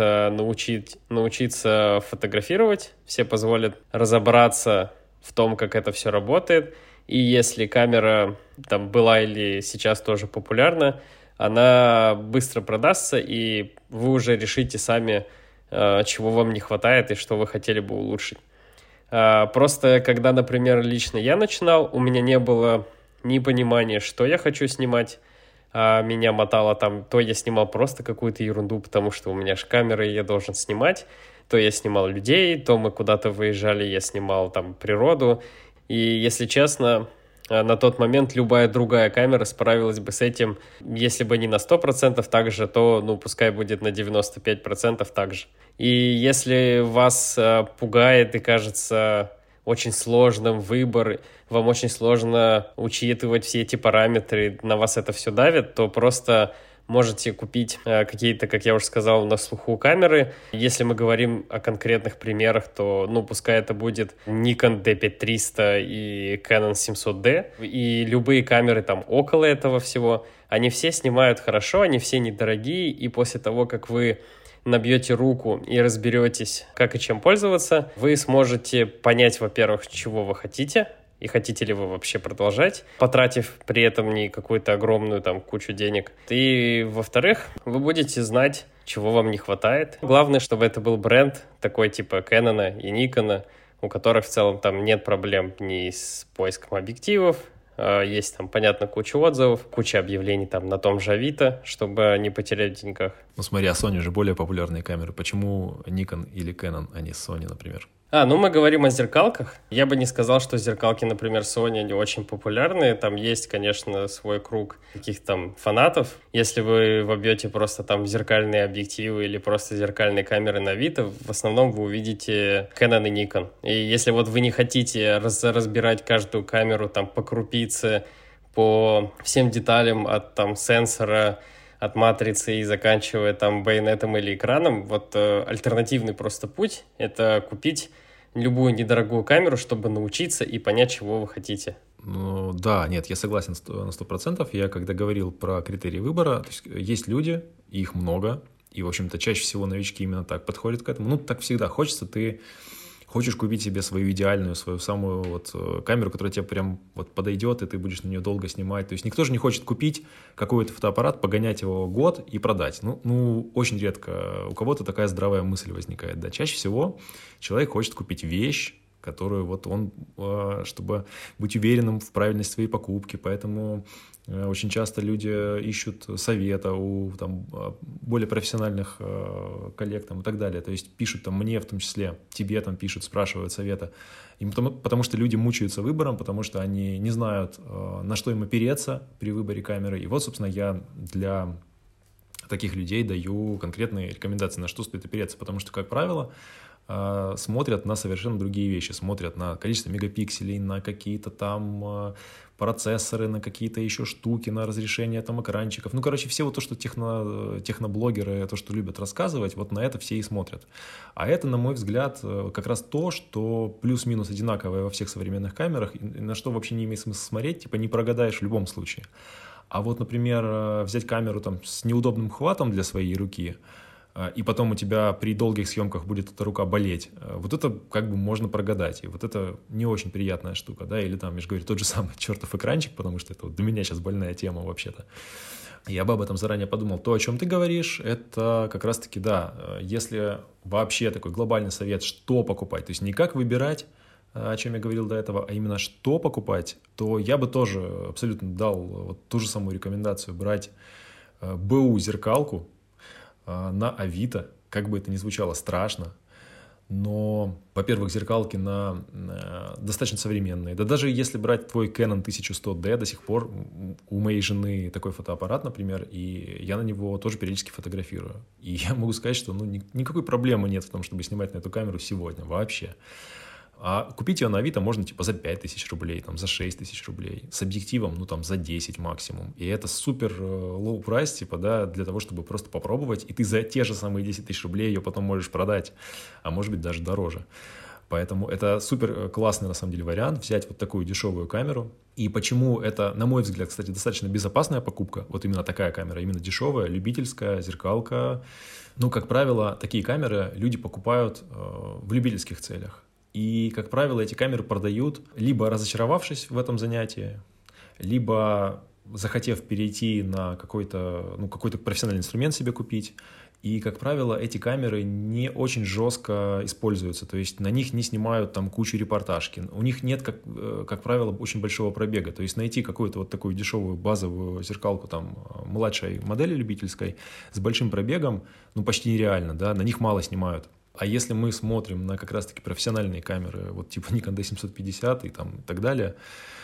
научиться фотографировать, все позволят разобраться в том, как это все работает. И если камера там была или сейчас тоже популярна, она быстро продастся, и вы уже решите сами, чего вам не хватает и что вы хотели бы улучшить. Просто когда, например, лично я начинал, у меня не было ни понимания, что я хочу снимать, меня мотало там, то я снимал просто какую-то ерунду, потому что у меня же камера, и я должен снимать, то я снимал людей, то мы куда-то выезжали, я снимал там природу, и, если честно, на тот момент любая другая камера справилась бы с этим, если бы не на 100% так же, то, ну, пускай будет на 95% так же. И если вас пугает и кажется очень сложным выбор, вам очень сложно учитывать все эти параметры, на вас это все давит, то просто можете купить какие-то, как я уже сказал, на слуху камеры. Если мы говорим о конкретных примерах, то, ну, пускай это будет Nikon D5300 и Canon 700D, и любые камеры там около этого всего, они все снимают хорошо, они все недорогие, и после того, как вы набьете руку и разберетесь, как и чем пользоваться, вы сможете понять, во-первых, чего вы хотите, и хотите ли вы вообще продолжать, потратив при этом не какую-то огромную там кучу денег. И, во-вторых, вы будете знать, чего вам не хватает. Главное, чтобы это был бренд такой типа Canon и Nikon, у которых в целом там нет проблем ни с поиском объективов, есть там, понятно, куча отзывов, куча объявлений там на том же Авито, чтобы не потерять в деньгах. Ну смотри, а Sony же более популярные камеры. Почему Nikon или Canon, а не Sony, например? Ну мы говорим о зеркалках. Я бы не сказал, что зеркалки, например, Sony, они очень популярные. Там есть, конечно, свой круг каких-то там фанатов. Если вы вобьете просто там зеркальные объективы или просто зеркальные камеры на Авито, в основном вы увидите Canon и Nikon. И если вот вы не хотите разбирать каждую камеру там по крупице, по всем деталям от там сенсора, от матрицы и заканчивая там байонетом или экраном, вот альтернативный просто путь — это купить любую недорогую камеру, чтобы научиться и понять, чего вы хотите. Ну, да, нет, я согласен на 100%. Я когда говорил про критерии выбора, то есть люди, их много, и, в общем-то, чаще всего новички именно так подходят к этому. Ну, так всегда хочется Хочешь купить себе свою идеальную, свою самую вот камеру, которая тебе прям вот подойдет, и ты будешь на нее долго снимать. То есть никто же не хочет купить какой-то фотоаппарат, погонять его год и продать. Ну, очень редко у кого-то такая здравая мысль возникает. Да. Чаще всего человек хочет купить вещь, которую вот он, чтобы быть уверенным в правильности своей покупки, поэтому очень часто люди ищут совета у там, более профессиональных коллег там, и так далее, то есть пишут там мне в том числе, тебе там пишут, спрашивают совета, потому что люди мучаются выбором, потому что они не знают, на что им опереться при выборе камеры, и вот, собственно, я для таких людей даю конкретные рекомендации, на что стоит опереться, потому что, как правило, смотрят на совершенно другие вещи, смотрят на количество мегапикселей, на какие-то там процессоры, на какие-то еще штуки, на разрешение там экранчиков. Ну, короче, все вот то, что техноблогеры, то, что любят рассказывать, вот на это все и смотрят. А это, на мой взгляд, как раз то, что плюс-минус одинаковое во всех современных камерах, и на что вообще не имеет смысла смотреть, типа не прогадаешь в любом случае. А вот, например, взять камеру там с неудобным хватом для своей руки, и потом у тебя при долгих съемках будет эта рука болеть, вот это как бы можно прогадать, и вот это не очень приятная штука, да, или там, я же говорю, тот же самый чертов экранчик, потому что это вот для меня сейчас больная тема вообще-то. Я бы об этом заранее подумал. То, о чем ты говоришь, это как раз-таки, да, если вообще такой глобальный совет, что покупать, то есть не как выбирать, о чем я говорил до этого, а именно что покупать, то я бы тоже абсолютно дал вот ту же самую рекомендацию брать БУ зеркалку на Авито, как бы это ни звучало страшно, но, во-первых, зеркалки достаточно современные. Да даже если брать твой Canon 1100D, до сих пор у моей жены такой фотоаппарат, например, и я на него тоже периодически фотографирую. И я могу сказать, что никакой проблемы нет в том, чтобы снимать на эту камеру сегодня вообще. А купить ее на Авито можно типа за 5000 рублей, там, за 6000 рублей, с объективом, ну, там, за 10 максимум. И это супер low price, типа, да, для того, чтобы просто попробовать, и ты за те же самые 10 тысяч рублей ее потом можешь продать, а может быть даже дороже. Поэтому это супер классный, на самом деле, вариант, взять вот такую дешевую камеру. И почему это, на мой взгляд, кстати, достаточно безопасная покупка, вот именно такая камера, именно дешевая, любительская, зеркалка. Ну, как правило, такие камеры люди покупают в любительских целях. И, как правило, эти камеры продают, либо разочаровавшись в этом занятии, либо захотев перейти на какой-то профессиональный инструмент себе купить. И, как правило, эти камеры не очень жестко используются, то есть на них не снимают там кучу репортажки. У них нет, как правило, очень большого пробега. То есть найти какую-то вот такую дешевую базовую зеркалку там младшей модели любительской с большим пробегом, ну, почти нереально, да, на них мало снимают. А если мы смотрим на как раз-таки профессиональные камеры, вот типа Nikon D750 и там и так далее,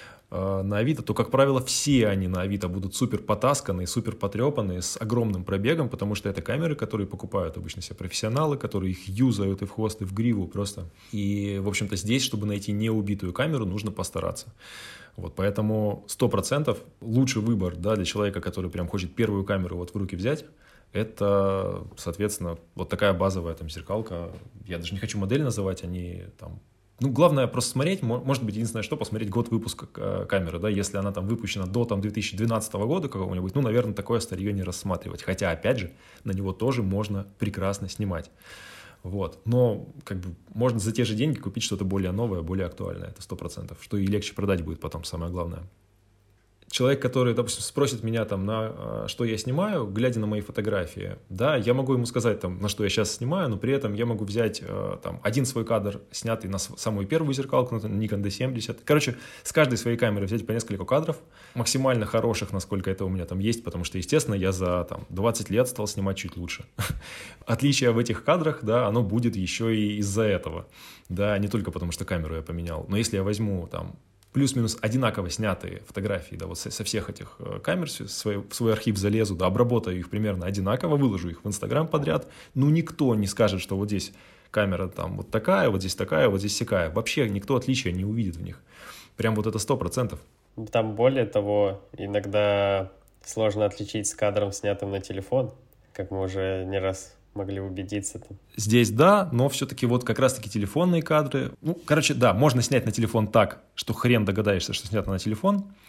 на Авито, то, как правило, все они на Авито будут супер потасканные, супер потрепанные, с огромным пробегом, потому что это камеры, которые покупают обычно все профессионалы, которые их юзают и в хвост, и в гриву просто. И, в общем-то, здесь, чтобы найти неубитую камеру, нужно постараться. Вот, поэтому 100% лучший выбор, да, для человека, который прям хочет первую камеру вот в руки взять, это, соответственно, вот такая базовая там зеркалка. Я даже не хочу модель называть, они там... Ну, главное просто смотреть, может быть, единственное, что посмотреть год выпуска камеры, да, если она там выпущена до там 2012 года какого-нибудь, ну, наверное, такое старье не рассматривать. Хотя, опять же, на него тоже можно прекрасно снимать. Вот. Но как бы можно за те же деньги купить что-то более новое, более актуальное, это 100%, что и легче продать будет потом, самое главное. Человек, который, допустим, спросит меня, там, на что я снимаю, глядя на мои фотографии, да, я могу ему сказать, там, на что я сейчас снимаю, но при этом я могу взять там, один свой кадр, снятый на самую первую зеркалку, на Nikon D70. Короче, с каждой своей камеры взять по несколько кадров, максимально хороших, насколько это у меня там есть, потому что, естественно, я за там, 20 лет стал снимать чуть лучше. Отличие в этих кадрах, да, оно будет еще и из-за этого, да, не только потому, что камеру я поменял, но если я возьму там плюс-минус одинаково снятые фотографии, да, вот со всех этих камер в свой архив залезу, да, обработаю их примерно одинаково, выложу их в Инстаграм подряд, ну, никто не скажет, что вот здесь камера там вот такая, вот здесь сякая. Вообще никто отличия не увидит в них. Прям вот это 100%. Там, более того, иногда сложно отличить с кадром, снятым на телефон, как мы уже не раз могли убедиться там. Здесь да, но все-таки вот как раз-таки телефонные кадры. Ну, короче, да, можно снять на телефон так, что хрен догадаешься, что снято на телефон.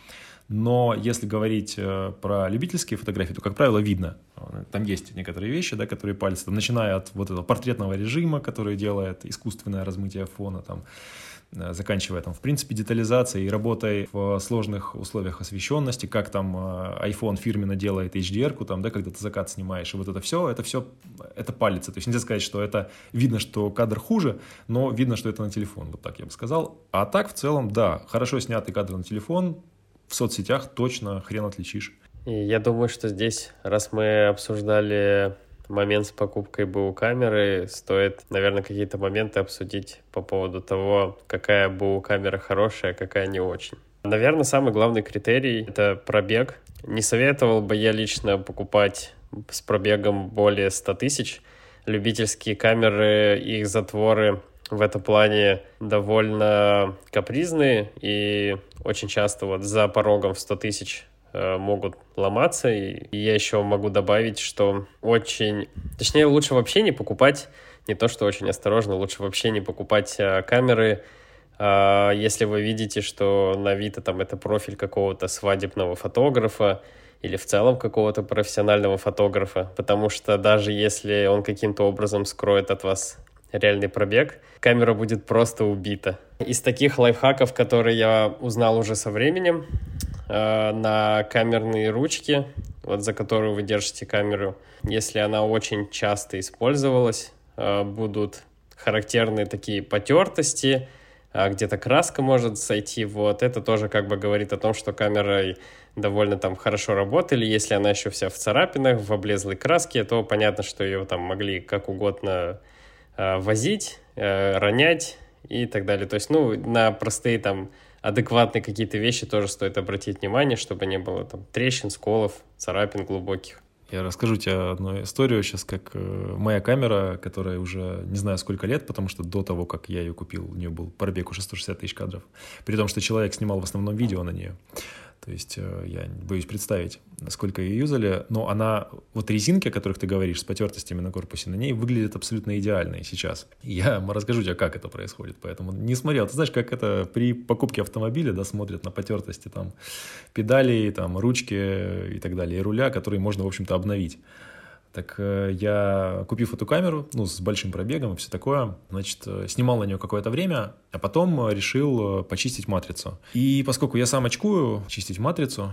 Но если говорить про любительские фотографии, то, как правило, видно. Там есть некоторые вещи, да, которые палятся, там, начиная от вот этого портретного режима, который делает искусственное размытие фона, там, заканчивая, там, в принципе, детализацией и работой в сложных условиях освещенности, как там iPhone фирменно делает HDR-ку, там, да, когда ты закат снимаешь, и вот это все, это палится. То есть нельзя сказать, что это видно, что кадр хуже, но видно, что это на телефон, вот так я бы сказал. А так, в целом, да, хорошо снятый кадр на телефон в соцсетях точно хрен отличишь. И я думаю, что здесь, раз мы обсуждали момент с покупкой БУ камеры, стоит, наверное, какие-то моменты обсудить по поводу того, какая БУ камера хорошая, а какая не очень. Наверное, самый главный критерий — это пробег. Не советовал бы я лично покупать с пробегом более 100 тысяч. Любительские камеры, их затворы в этом плане довольно капризные, и очень часто вот за порогом в 100 тысяч могут ломаться. И я еще могу добавить, что точнее, лучше вообще не покупать, не то что очень осторожно, лучше вообще не покупать камеры, если вы видите, что на Авито там это профиль какого-то свадебного фотографа или в целом какого-то профессионального фотографа, потому что даже если он каким-то образом скроет от вас реальный пробег, камера будет просто убита. Из таких лайфхаков, которые я узнал уже со временем, на камерные ручки, вот за которую вы держите камеру, если она очень часто использовалась, будут характерные такие потертости, где-то краска может сойти, вот это тоже как бы говорит о том, что камерой довольно там хорошо работали. Если она еще вся в царапинах, в облезлой краске, то понятно, что ее там могли как угодно возить, ронять и так далее. То есть, на простые там адекватные какие-то вещи тоже стоит обратить внимание, чтобы не было там трещин, сколов, царапин глубоких. Я расскажу тебе одну историю сейчас, как моя камера, которая уже не знаю сколько лет, потому что до того, как я ее купил, у нее был пробег уже 160 тысяч кадров, при том, что человек снимал в основном видео на нее. То есть я боюсь представить, насколько ее юзали, но она, вот резинки, о которых ты говоришь, с потертостями на корпусе, на ней выглядит абсолютно идеальной сейчас. Я расскажу тебе, как это происходит, поэтому не смотрел. Ты знаешь, как это при покупке автомобиля, да, смотрят на потертости там педалей, там ручки и так далее, и руля, которые можно, в общем-то, обновить. Так я, купив эту камеру, с большим пробегом и все такое, значит, снимал на нее какое-то время, а потом решил почистить матрицу. И поскольку я сам очкую чистить матрицу,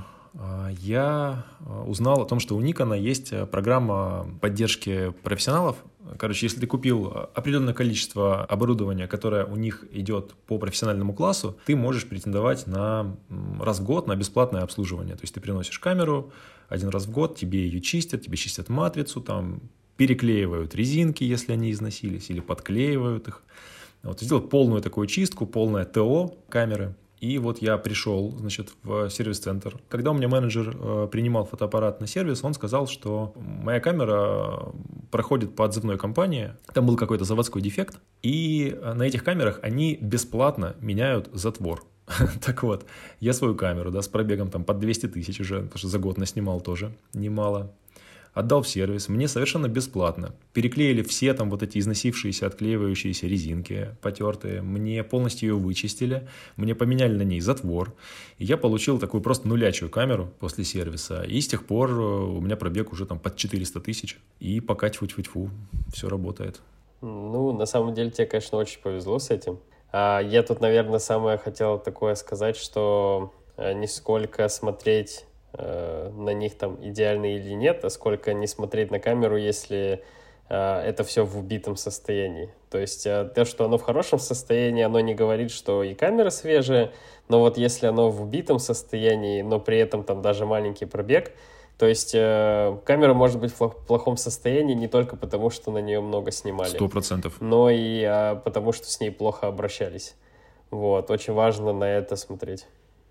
я узнал о том, что у Nikon есть программа поддержки профессионалов. Короче, если ты купил определенное количество оборудования, которое у них идет по профессиональному классу, ты можешь претендовать на раз в год на бесплатное обслуживание. То есть ты приносишь камеру один раз в год, тебе ее чистят, тебе чистят матрицу, там переклеивают резинки, если они износились, или подклеивают их. Вот, сделать полную такую чистку, полное ТО камеры. И вот я пришел, значит, в сервис-центр. Когда у меня менеджер принимал фотоаппарат на сервис, он сказал, что моя камера проходит по отзывной компании. Там был какой-то заводской дефект. И на этих камерах они бесплатно меняют затвор. Так вот, я свою камеру, да, с пробегом там под 200 тысяч уже, потому что за год наснимал тоже немало. Отдал в сервис, мне совершенно бесплатно. Переклеили все там вот эти износившиеся, отклеивающиеся резинки потертые. Мне полностью ее вычистили, мне поменяли на ней затвор. И я получил такую просто нулячую камеру после сервиса. И с тех пор у меня пробег уже там под 400 тысяч. И пока тьфу-тьфу-тьфу, все работает. На самом деле тебе, конечно, очень повезло с этим. Я тут, наверное, самое хотел такое сказать, что не сколько смотреть на них там идеально или нет, а сколько не смотреть на камеру, если это все в убитом состоянии. То есть то, что оно в хорошем состоянии, оно не говорит, что и камера свежая, но вот если оно в убитом состоянии, но при этом там даже маленький пробег, то есть камера может быть в плохом состоянии не только потому, что на нее много снимали. 100%. Но и потому, что с ней плохо обращались. Вот, очень важно на это смотреть.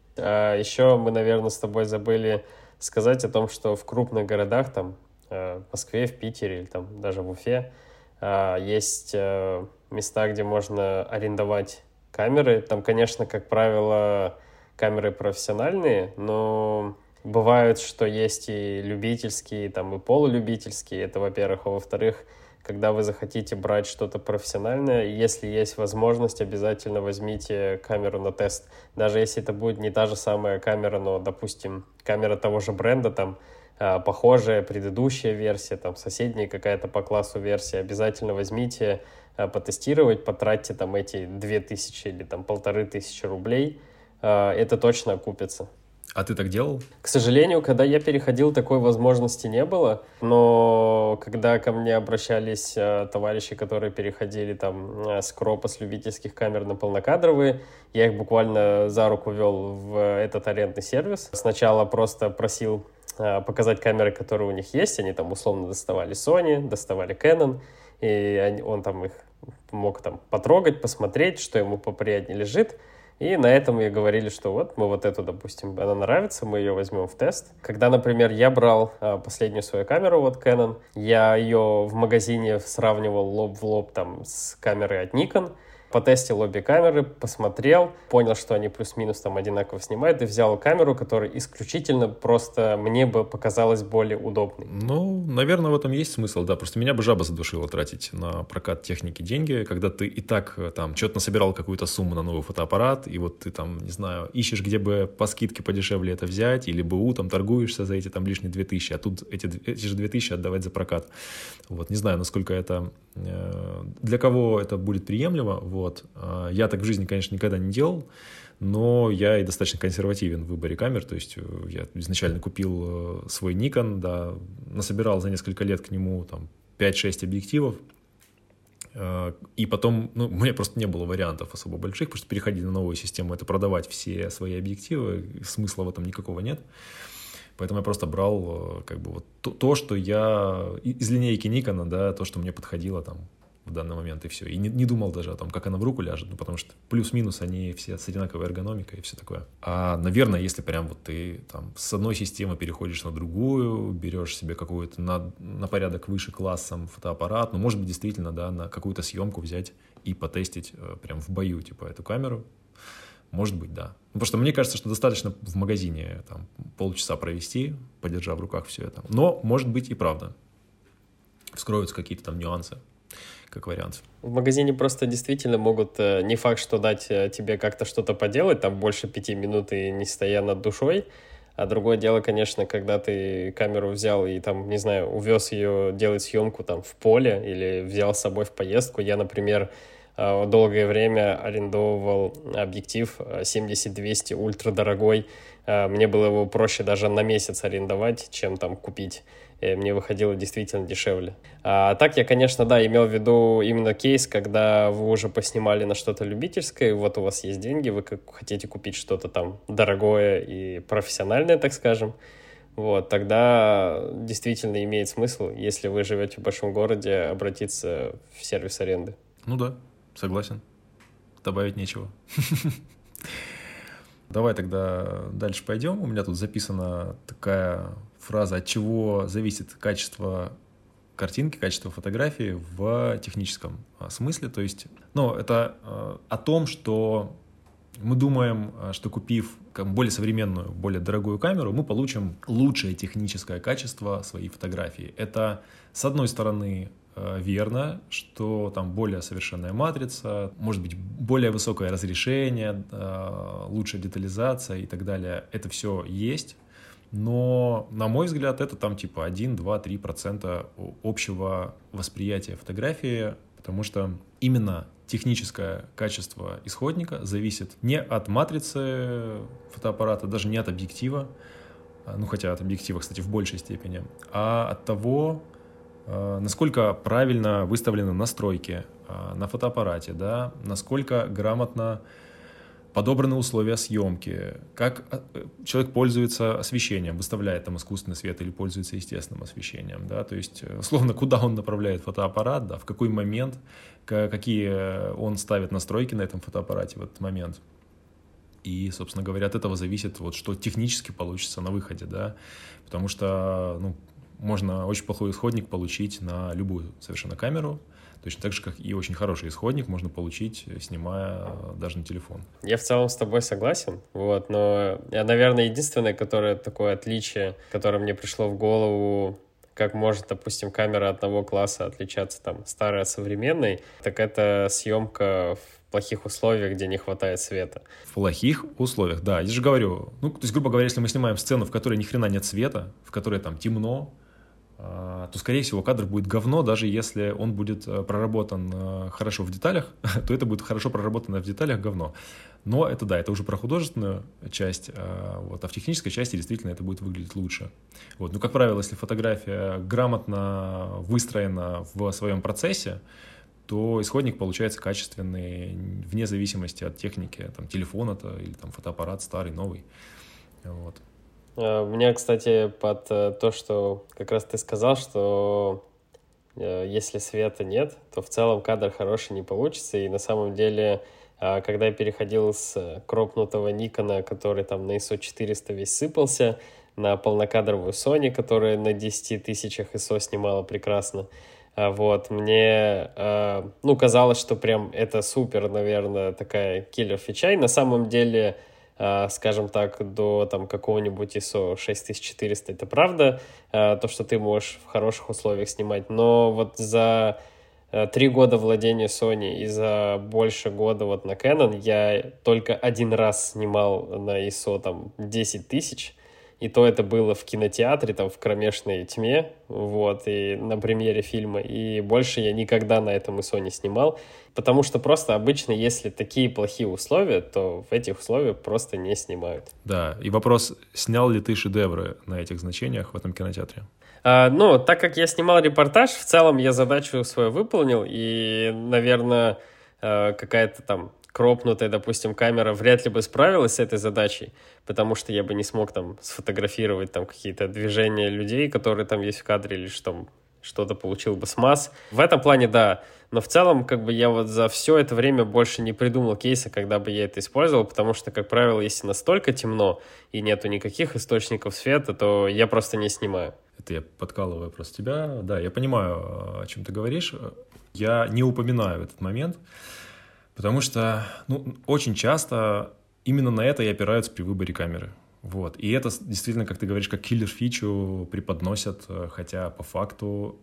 Еще мы, наверное, с тобой забыли сказать о том, что в крупных городах, там, в Москве, в Питере или там даже в Уфе, есть места, где можно арендовать камеры. Там, конечно, как правило, камеры профессиональные, но бывают, что есть и любительские, там, и полулюбительские. Это, во-первых. А во-вторых, когда вы захотите брать что-то профессиональное, если есть возможность, обязательно возьмите камеру на тест. Даже если это будет не та же самая камера, но, допустим, камера того же бренда, там, похожая, предыдущая версия, там, соседняя какая-то по классу версия, обязательно возьмите, потестировать, потратьте там эти 2000 или там 1500 рублей, это точно окупится. А ты так делал? К сожалению, когда я переходил, такой возможности не было, но когда ко мне обращались товарищи, которые переходили там с кропа, с любительских камер на полнокадровые, я их буквально за руку вел в этот арендный сервис. Сначала просто просил показать камеры, которые у них есть, они там условно доставали Sony, доставали Canon, и он там их мог там потрогать, посмотреть, что ему поприятнее лежит. И на этом мне говорили, что вот мы вот эту, допустим, она нравится, мы ее возьмем в тест. Когда, например, я брал последнюю свою камеру, вот Canon, я ее в магазине сравнивал лоб в лоб там с камерой от Nikon, потестил обе камеры, посмотрел, понял, что они плюс-минус там одинаково снимают, и взял камеру, которая исключительно просто мне бы показалась более удобной. Ну, наверное, в этом есть смысл, да. Просто меня бы жаба задушила тратить на прокат техники деньги, когда ты и так там что-то насобирал какую-то сумму на новый фотоаппарат, и вот ты там, не знаю, ищешь, где бы по скидке подешевле это взять, или БУ там торгуешься за эти там лишние 2000, а тут эти же 2000 отдавать за прокат. Вот, не знаю, насколько это... Для кого это будет приемлемо, вот. Я так в жизни, конечно, никогда не делал, но я и достаточно консервативен в выборе камер, то есть я изначально купил свой Nikon, да, насобирал за несколько лет к нему там 5-6 объективов, и потом, ну, у меня просто не было вариантов особо больших, потому что переходить на новую систему, это продавать все свои объективы, смысла в этом никакого нет. Поэтому я просто брал как бы вот то, что я из линейки Nikon, да, то, что мне подходило там в данный момент, и все. И не думал даже о том, как она в руку ляжет, ну, потому что плюс-минус они все с одинаковой эргономикой и все такое. А, наверное, если прям вот ты там с одной системы переходишь на другую, берешь себе какую-то на порядок выше классом фотоаппарат, ну, может быть, действительно, да, на какую-то съемку взять и потестить прям в бою, типа, эту камеру. Может быть, да. Ну, потому что мне кажется, что достаточно в магазине там, полчаса провести, подержав в руках все это. Но, может быть, и правда. Вскроются какие-то там нюансы, как вариант. В магазине просто действительно могут, не факт, что дать тебе как-то что-то поделать, там больше 5 минут и не стоя над душой. А другое дело, конечно, когда ты камеру взял и там, не знаю, увез ее делать съемку там в поле или взял с собой в поездку. Я, например, долгое время арендовал объектив 70-200 ультрадорогой. Мне было его проще даже на месяц арендовать, чем там купить. И мне выходило действительно дешевле. А так я, конечно, да, имел в виду именно кейс, когда вы уже поснимали на что-то любительское, вот у вас есть деньги, вы хотите купить что-то там дорогое и профессиональное, так скажем. Вот, тогда действительно имеет смысл, если вы живете в большом городе, обратиться в сервис аренды. Ну да. Согласен. Добавить нечего. Давай тогда дальше пойдем. У меня тут записана такая фраза, от чего зависит качество картинки, качество фотографии в техническом смысле. То есть, ну, это о том, что мы думаем, что купив более современную, более дорогую камеру, мы получим лучшее техническое качество своей фотографии. Это, с одной стороны, верно, что там более совершенная матрица, может быть, более высокое разрешение, лучшая детализация и так далее. Это все есть, но, на мой взгляд, это там типа 1, 2, 3% общего восприятия фотографии, потому что именно техническое качество исходника зависит не от матрицы фотоаппарата, даже не от объектива, ну хотя от объектива, кстати, в большей степени, а от того, насколько правильно выставлены настройки на фотоаппарате, да, насколько грамотно подобраны условия съемки, как человек пользуется освещением, выставляет там искусственный свет или пользуется естественным освещением, да, то есть, условно, куда он направляет фотоаппарат, да, в какой момент, какие он ставит настройки на этом фотоаппарате в этот момент. И, собственно говоря, от этого зависит, вот, что технически получится на выходе, да, потому что, ну, можно очень плохой исходник получить на любую совершенно камеру, точно так же, как и очень хороший исходник можно получить, снимая даже на телефон. Я в целом с тобой согласен, вот, но, наверное, единственное, которое такое отличие, которое мне пришло в голову, как может, допустим, камера одного класса отличаться там старой от современной, так это съемка в плохих условиях, где не хватает света. В плохих условиях, да. Я же говорю, ну, то есть, грубо говоря, если мы снимаем сцену, в которой ни хрена нет света, в которой там темно, то, скорее всего, кадр будет говно, даже если он будет проработан хорошо в деталях, то это будет хорошо проработанное в деталях говно. Но это да, это уже про художественную часть, а в технической части действительно это будет выглядеть лучше. Вот. Ну, как правило, если фотография грамотно выстроена в своем процессе, то исходник получается качественный, вне зависимости от техники, там, телефона-то или там фотоаппарат старый, новый. Вот. У меня, кстати, под то, что как раз ты сказал, что если света нет, то в целом кадр хороший не получится. И на самом деле, когда я переходил с кропнутого Никона, который там на ISO 400 весь сыпался, на полнокадровую Sony, которая на 10 тысячах ISO снимала прекрасно, вот, мне, казалось, что прям это супер, наверное, такая киллер-фича. И на самом деле, скажем так, до там какого-нибудь ISO 6400 это правда, то, что ты можешь в хороших условиях снимать. Но вот за 3 года владения Sony и за больше года вот на Canon я только один раз снимал на ISO там 10 тысяч. И то это было в кинотеатре, там, в кромешной тьме, вот, и на премьере фильма. И больше я никогда на этом ISO не снимал, потому что просто обычно, если такие плохие условия, то в этих условиях просто не снимают. Да, и вопрос, снял ли ты шедевры на этих значениях в этом кинотеатре? Так как я снимал репортаж, в целом я задачу свою выполнил, и, наверное, какая-то там кропнутая, допустим, камера вряд ли бы справилась с этой задачей, потому что я бы не смог там сфотографировать там какие-то движения людей, которые там есть в кадре, или что-то получил бы смаз. В этом плане, да. Но в целом, как бы я вот за все это время больше не придумал кейса, когда бы я это использовал, потому что, как правило, если настолько темно и нету никаких источников света, то я просто не снимаю. Это я подкалываю просто тебя. Да, я понимаю, о чем ты говоришь. Я не упоминаю этот момент, потому что, очень часто именно на это и опираются при выборе камеры. Вот. И это действительно, как ты говоришь, как киллер-фичу преподносят, хотя по факту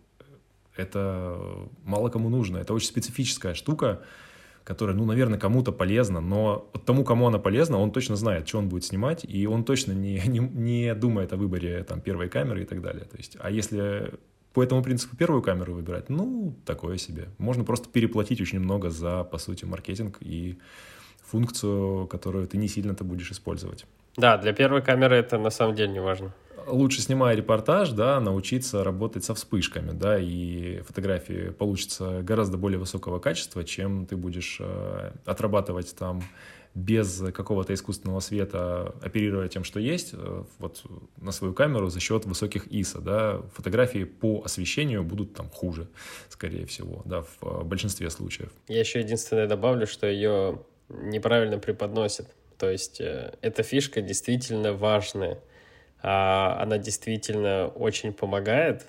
это мало кому нужно. Это очень специфическая штука, которая, наверное, кому-то полезна, но тому, кому она полезна, он точно знает, что он будет снимать, и он точно не думает о выборе там, первой камеры и так далее. То есть, а если по этому принципу первую камеру выбирать, такое себе. Можно просто переплатить очень много за, по сути, маркетинг и функцию, которую ты не сильно-то будешь использовать. Да, для первой камеры это на самом деле не важно. Лучше, снимая репортаж, да, научиться работать со вспышками, да, и фотографии получатся гораздо более высокого качества, чем ты будешь отрабатывать там без какого-то искусственного света, оперируя тем, что есть, вот на свою камеру за счет высоких ISO, да, фотографии по освещению будут там хуже, скорее всего, да, в большинстве случаев. Я еще единственное добавлю, что ее неправильно преподносят. То есть эта фишка действительно важная, она действительно очень помогает,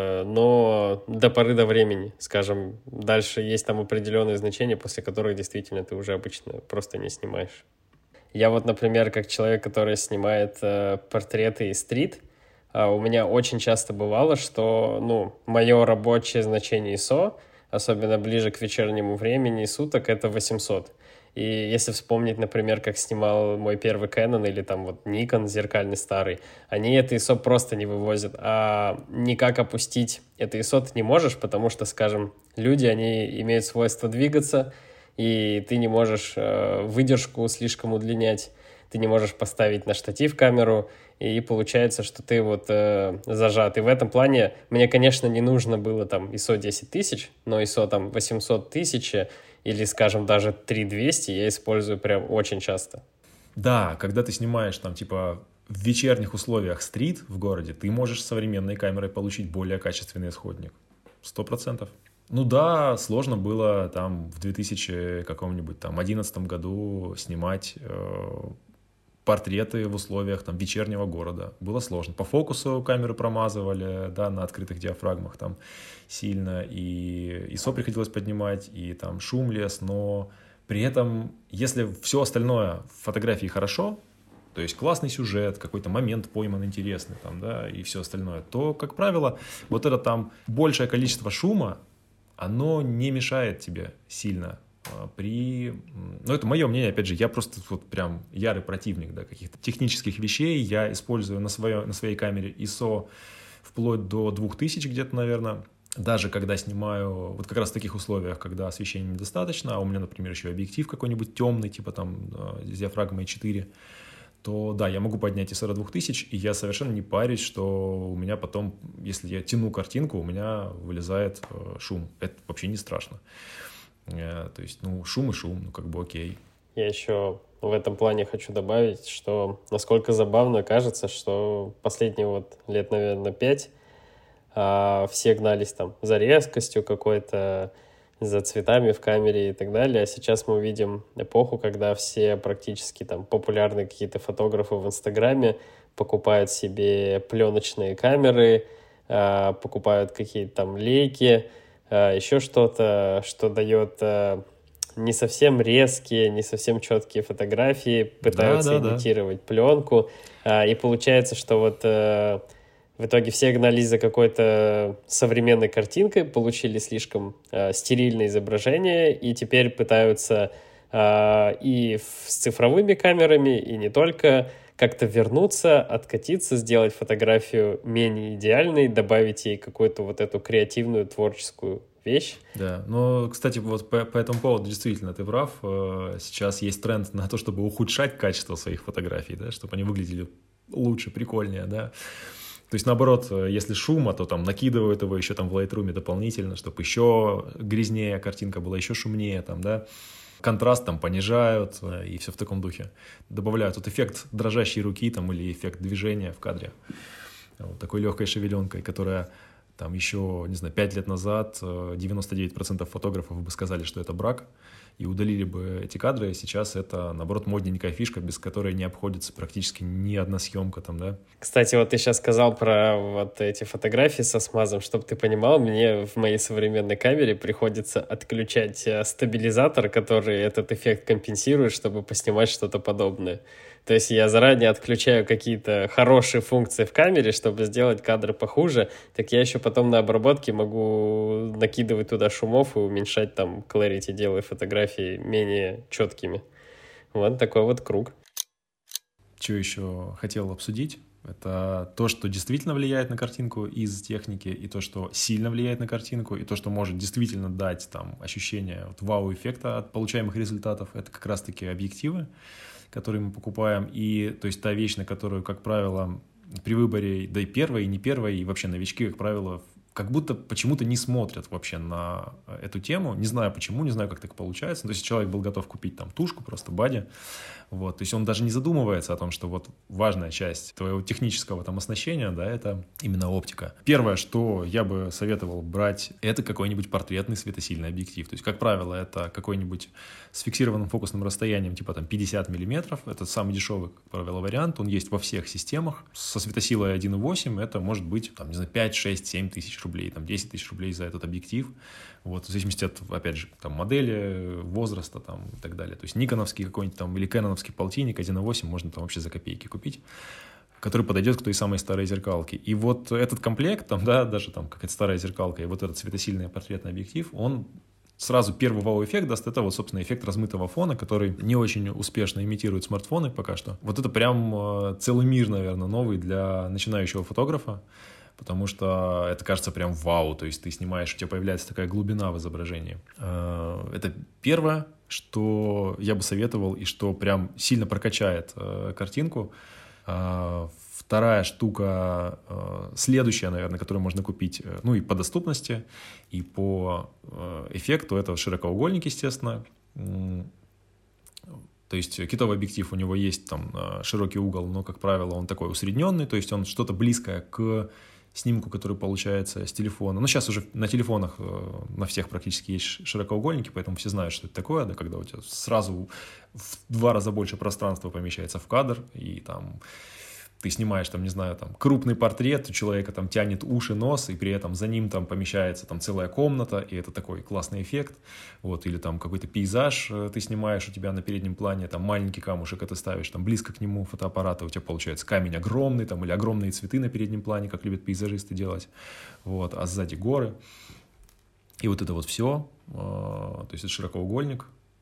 но до поры до времени, скажем, дальше есть там определенные значения, после которых действительно ты уже обычно просто не снимаешь. Я вот, например, как человек, который снимает портреты и стрит, у меня очень часто бывало, что, мое рабочее значение ISO, особенно ближе к вечернему времени суток, это 800. И если вспомнить, например, как снимал мой первый Canon или там вот Nikon зеркальный старый, они это ISO просто не вывозят, а никак опустить это ISO ты не можешь, потому что, скажем, люди, они имеют свойство двигаться, и ты не можешь выдержку слишком удлинять, ты не можешь поставить на штатив камеру, и получается, что ты вот зажат. И в этом плане мне, конечно, не нужно было там ISO 10 тысяч, но ISO там 800 тысяч или, скажем, даже 3200 я использую прям очень часто. Да, когда ты снимаешь там типа в вечерних условиях стрит в городе, ты можешь с современной камерой получить более качественный исходник. 100%. Да, сложно было там в 2011 году снимать портреты в условиях там вечернего города. Было сложно. По фокусу камеры промазывали, да, на открытых диафрагмах там сильно, и ISO приходилось поднимать, и там шум лез, но при этом, если все остальное в фотографии хорошо, то есть классный сюжет, какой-то момент пойман интересный там, да, и все остальное, то, как правило, вот это там большее количество шума, оно не мешает тебе сильно ну, это мое мнение, опять же, я просто вот прям ярый противник, да, каких-то технических вещей, я использую на своей камере ISO вплоть до 2000 где-то, наверное, даже когда снимаю, вот как раз в таких условиях, когда освещения недостаточно, а у меня, например, еще объектив какой-нибудь темный, типа там с диафрагмой 4, то да, я могу поднять ISO до 2000, и я совершенно не парюсь, что у меня потом, если я тяну картинку, у меня вылезает шум. Это вообще не страшно. То есть, ну, шум и шум, ну, как бы окей. Я еще в этом плане хочу добавить, что насколько забавно кажется, что последние вот лет, наверное, 5 все гнались там за резкостью какой-то, за цветами в камере и так далее. А сейчас мы видим эпоху, когда все практически там популярные какие-то фотографы в Инстаграме покупают себе пленочные камеры, покупают какие-то там лейки, еще что-то, что дает не совсем резкие, не совсем четкие фотографии, пытаются имитировать пленку. И получается, что вот в итоге все гнались за какой-то современной картинкой, получили слишком стерильное изображение, и теперь пытаются и с цифровыми камерами, и не только как-то вернуться, откатиться, сделать фотографию менее идеальной, добавить ей какую-то вот эту креативную, творческую вещь. Да, но, кстати, вот по этому поводу действительно ты прав. Сейчас есть тренд на то, чтобы ухудшать качество своих фотографий, да, чтобы они выглядели лучше, прикольнее, да. То есть, наоборот, если шума, то там накидывают его еще там в Lightroom дополнительно, чтобы еще грязнее картинка была, еще шумнее там, да. Контраст там понижают и все в таком духе. Добавляют вот эффект дрожащей руки там или эффект движения в кадре. Вот такой легкой шевеленкой, которая там еще, не знаю, 5 лет назад 99% фотографов бы сказали, что это брак, и удалили бы эти кадры. Сейчас это, наоборот, модненькая фишка, без которой не обходится практически ни одна съемка там, да. Кстати, вот ты сейчас сказал про вот эти фотографии со смазом. Чтобы ты понимал, мне в моей современной камере приходится отключать стабилизатор, который этот эффект компенсирует, чтобы поснимать что-то подобное. То есть я заранее отключаю какие-то хорошие функции в камере, чтобы сделать кадры похуже. Так я еще потом на обработке могу накидывать туда шумов и уменьшать там clarity, делая фотографии менее четкими. Вот такой вот круг. Что еще хотел обсудить? Это то, что действительно влияет на картинку из техники, и то, что сильно влияет на картинку, и то, что может действительно дать там ощущение вот, вау-эффекта от получаемых результатов. Это как раз-таки объективы, которые мы покупаем, и то есть та вещь, на которую, как правило, при выборе, да и первой, и не первой, и вообще новички, как правило, как будто почему-то не смотрят вообще на эту тему, не знаю почему, не знаю, как так получается, то есть человек был готов купить там тушку, просто бади, вот, то есть он даже не задумывается о том, что вот важная часть твоего технического там оснащения, да, это именно оптика. Первое, что я бы советовал брать, это какой-нибудь портретный светосильный объектив, то есть, как правило, это какой-нибудь с фиксированным фокусным расстоянием, типа там 50 миллиметров, это самый дешевый, как правило, вариант, он есть во всех системах, со светосилой 1.8 это может быть, там, не знаю, 5, 6, 7 тысяч рублей, там, 10 тысяч рублей за этот объектив, вот, в зависимости от, опять же, там, модели, возраста, там, и так далее, то есть никоновский какой-нибудь там или кэноновский полтинник 1.8 можно там вообще за копейки купить, который подойдет к той самой старой зеркалке. И вот этот комплект, там, да, даже там какая-то старая зеркалка и вот этот светосильный портретный объектив, он сразу первый вау-эффект даст, это вот, собственно, эффект размытого фона, который не очень успешно имитирует смартфоны пока что. Вот это прям целый мир, наверное, новый для начинающего фотографа, потому что это кажется прям вау, то есть ты снимаешь, у тебя появляется такая глубина в изображении. Это первое, что я бы советовал и что прям сильно прокачает картинку. Вторая штука, следующая, наверное, которую можно купить, ну и по доступности, и по эффекту, это широкоугольник, естественно. То есть китовый объектив, у него есть там широкий угол, но, как правило, он такой усредненный, то есть он что-то близкое к снимку, который получается с телефона. Ну, сейчас уже на телефонах на всех практически есть широкоугольники, поэтому все знают, что это такое, да, когда у тебя сразу в 2 раза больше пространства помещается в кадр, и там ты снимаешь, там, не знаю, там, крупный портрет, у человека там тянет уши, нос, и при этом за ним там помещается там целая комната, и это такой классный эффект, вот, или там какой-то пейзаж ты снимаешь, у тебя на переднем плане там маленький камушек, это ставишь там близко к нему фотоаппарата, у тебя получается камень огромный, там, или огромные цветы на переднем плане, как любят пейзажисты делать, вот, а сзади горы, и вот это вот все, то есть это широкоугольник,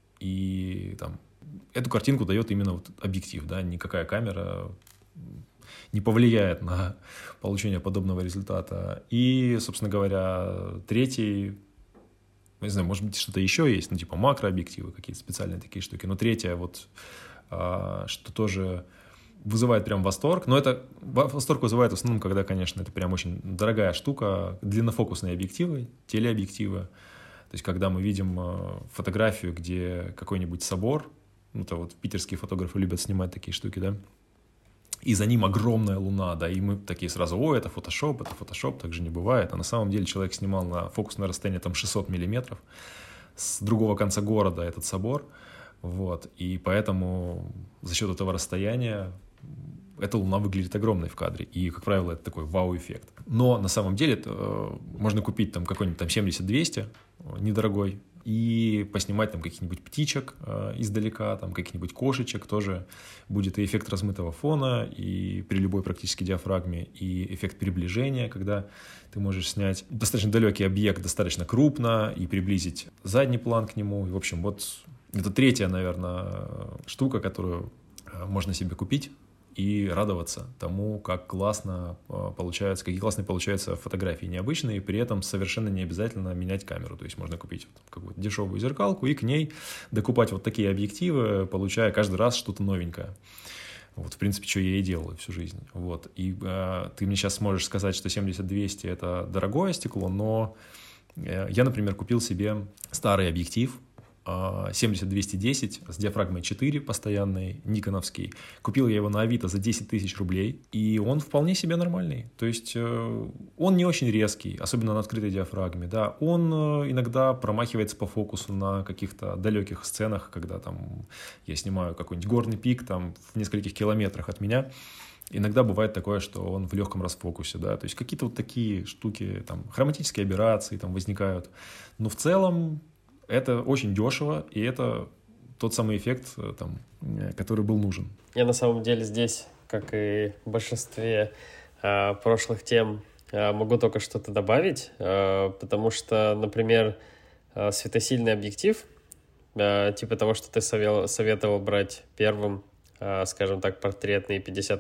и там эту картинку дает именно вот объектив, да, никакая камера не повлияет на получение подобного результата. И, собственно говоря, третий, не знаю, может быть, что-то еще есть, ну, типа макрообъективы, какие-то специальные такие штуки. Но третье, вот, что тоже вызывает прям восторг. Но это восторг вызывает в основном, когда, конечно, это прям очень дорогая штука, длиннофокусные объективы, телеобъективы. То есть, когда мы видим фотографию, где какой-нибудь собор, ну, это вот питерские фотографы любят снимать такие штуки, да, и за ним огромная луна, да, и мы такие сразу, это фотошоп, так же не бывает, а на самом деле человек снимал на фокусное расстояние там 600 миллиметров с другого конца города этот собор, вот, и поэтому за счет этого расстояния эта луна выглядит огромной в кадре, и, как правило, это такой вау-эффект. Но на самом деле можно купить там какой-нибудь там 70-200, недорогой, и поснимать там каких-нибудь птичек издалека, там каких-нибудь кошечек, тоже будет и эффект размытого фона, и при любой практически диафрагме, и эффект приближения, когда ты можешь снять достаточно далекий объект достаточно крупно и приблизить задний план к нему. И, в общем, вот это третья, наверное, штука, которую можно себе купить и радоваться тому, как классно получается, какие классные получаются фотографии необычные, и при этом совершенно не обязательно менять камеру. То есть можно купить вот какую-то дешевую зеркалку и к ней докупать вот такие объективы, получая каждый раз что-то новенькое. Вот, в принципе, что я и делаю всю жизнь. Вот. И ты мне сейчас сможешь сказать, что 70-200 это дорогое стекло, но я, например, купил себе старый объектив 70-210 с диафрагмой 4 постоянной, никоновский. Купил я его на Авито за 10 тысяч рублей, и он вполне себе нормальный. То есть он не очень резкий, особенно на открытой диафрагме. Да. Он иногда промахивается по фокусу на каких-то далеких сценах, когда там я снимаю какой-нибудь горный пик там в нескольких километрах от меня. Иногда бывает такое, что он в легком расфокусе, да, то есть какие-то вот такие штуки, там, хроматические аберрации там возникают. Но в целом это очень дешево, и это тот самый эффект, там, который был нужен. Я на самом деле здесь, как и в большинстве прошлых тем, могу только что-то добавить, потому что, например, светосильный объектив, типа того, что ты советовал брать первым, скажем так, портретный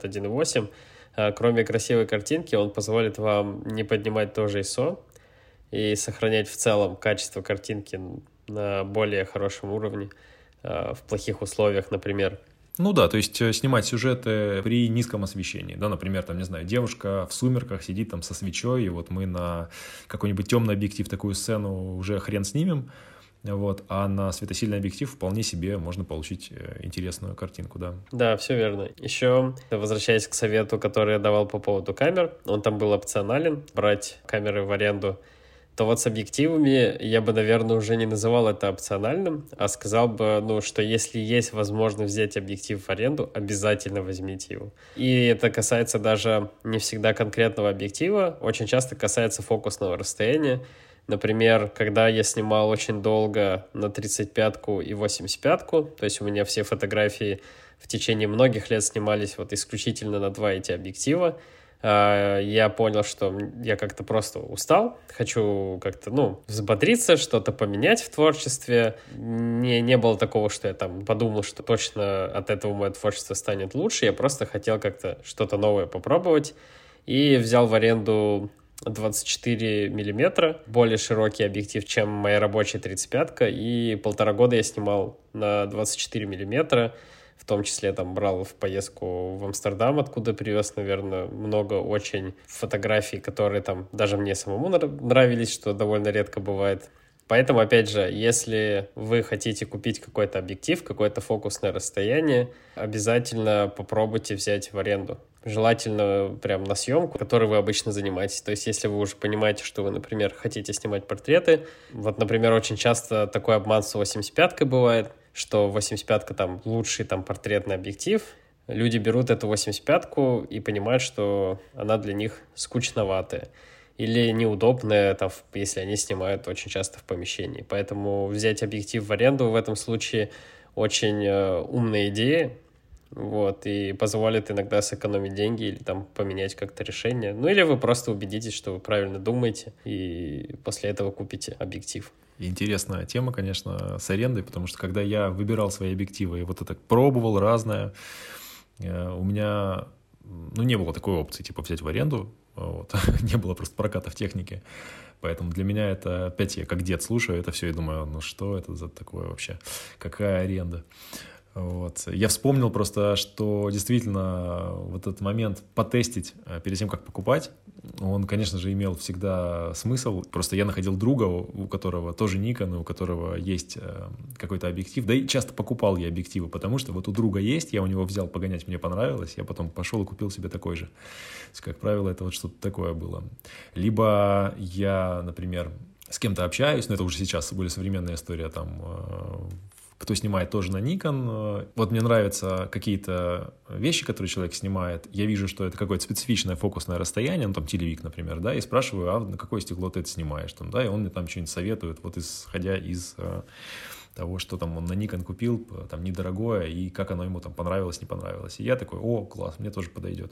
51.8, кроме красивой картинки, он позволит вам не поднимать тоже ISO и сохранять в целом качество картинки на более хорошем уровне, в плохих условиях, например. Ну да, то есть снимать сюжеты при низком освещении, да, например, там, не знаю, девушка в сумерках сидит там со свечой, и вот мы на какой-нибудь темный объектив такую сцену уже хрен снимем, вот, а на светосильный объектив вполне себе можно получить интересную картинку, да. Да, все верно. Еще, возвращаясь к совету, который я давал по поводу камер, он там был опционален, брать камеры в аренду, то вот с объективами я бы, наверное, уже не называл это опциональным, а сказал бы, ну, что если есть возможность взять объектив в аренду, обязательно возьмите его. И это касается даже не всегда конкретного объектива, очень часто касается фокусного расстояния. Например, когда я снимал очень долго на 35-ку и 85-ку, то есть у меня все фотографии в течение многих лет снимались вот исключительно на два эти объектива, я понял, что я как-то просто устал, хочу как-то, ну, взбодриться, что-то поменять в творчестве. Не было такого, что я там подумал, что точно от этого мое творчество станет лучше, я просто хотел как-то что-то новое попробовать и взял в аренду 24 миллиметра, более широкий объектив, чем моя рабочая 35-ка, и 1,5 года я снимал на 24 миллиметра, в том числе там брал в поездку в Амстердам, откуда привез, наверное, много очень фотографий, которые там даже мне самому нравились, что довольно редко бывает. Поэтому, опять же, если вы хотите купить какой-то объектив, какое-то фокусное расстояние, обязательно попробуйте взять в аренду. Желательно прям на съемку, которой вы обычно занимаетесь. То есть, если вы уже понимаете, что вы, например, хотите снимать портреты, вот, например, очень часто такой обман с 85-кой бывает, что 85-ка там лучший там портретный объектив, люди берут эту 85-ку и понимают, что она для них скучноватая или неудобная, там, если они снимают очень часто в помещении. Поэтому взять объектив в аренду в этом случае очень умная идея, вот, и позволит иногда сэкономить деньги или там поменять как-то решение. Ну или вы просто убедитесь, что вы правильно думаете, и после этого купите объектив. Интересная тема, конечно, с арендой, потому что когда я выбирал свои объективы и вот это пробовал разное, у меня не было такой опции, типа взять в аренду, вот. Не было просто проката в технике, поэтому для меня это опять я как дед слушаю это все и думаю, ну что это за такое вообще, какая аренда. Вот. Я вспомнил просто, что действительно вот этот момент потестить перед тем, как покупать, он, конечно же, имел всегда смысл. Просто я находил друга, у которого тоже Nikon, у которого есть какой-то объектив. Да и часто покупал я объективы, потому что вот у друга есть, я у него взял погонять, мне понравилось, я потом пошел и купил себе такой же. То есть, как правило, это вот что-то такое было. Либо я, например, с кем-то общаюсь, но это уже сейчас более современная история, там... Кто снимает тоже на Nikon. Вот мне нравятся какие-то вещи, которые человек снимает. Я вижу, что это какое-то специфичное фокусное расстояние, ну, там, телевик, например, да, и спрашиваю, а на какое стекло ты это снимаешь, там, да, и он мне там что-нибудь советует, вот исходя из того, что там он на Nikon купил, там, недорогое, и как оно ему там понравилось, не понравилось. И я такой, о, класс, мне тоже подойдет.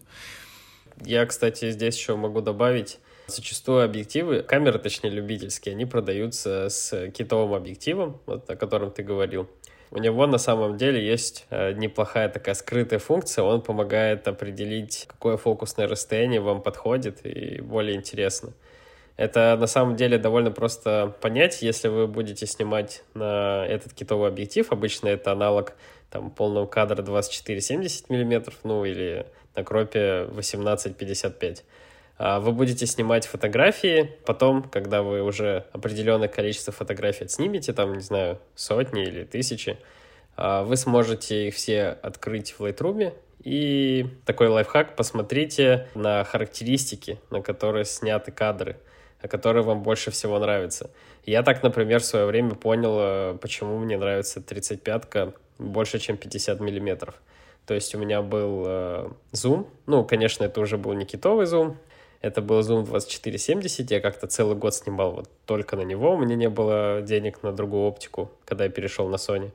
Я, кстати, здесь еще могу добавить, зачастую объективы, камеры, точнее, любительские, они продаются с китовым объективом, вот, о котором ты говорил. У него на самом деле есть неплохая такая скрытая функция, он помогает определить, какое фокусное расстояние вам подходит и более интересно. Это на самом деле довольно просто понять, если вы будете снимать на этот китовый объектив, обычно это аналог там, полного кадра 24-70 мм, ну или на кропе 18-55. Вы будете снимать фотографии, потом, когда вы уже определенное количество фотографий отснимете, там, не знаю, сотни или тысячи, вы сможете их все открыть в Lightroom. И такой лайфхак, посмотрите на характеристики, на которые сняты кадры, которые вам больше всего нравятся. Я так, например, в свое время понял, почему мне нравится 35-ка больше, чем 50 миллиметров. То есть у меня был зум, ну, конечно, это уже был не китовый зум, это был зум 24-70, я как-то целый год снимал вот только на него, у меня не было денег на другую оптику, когда я перешел на Sony.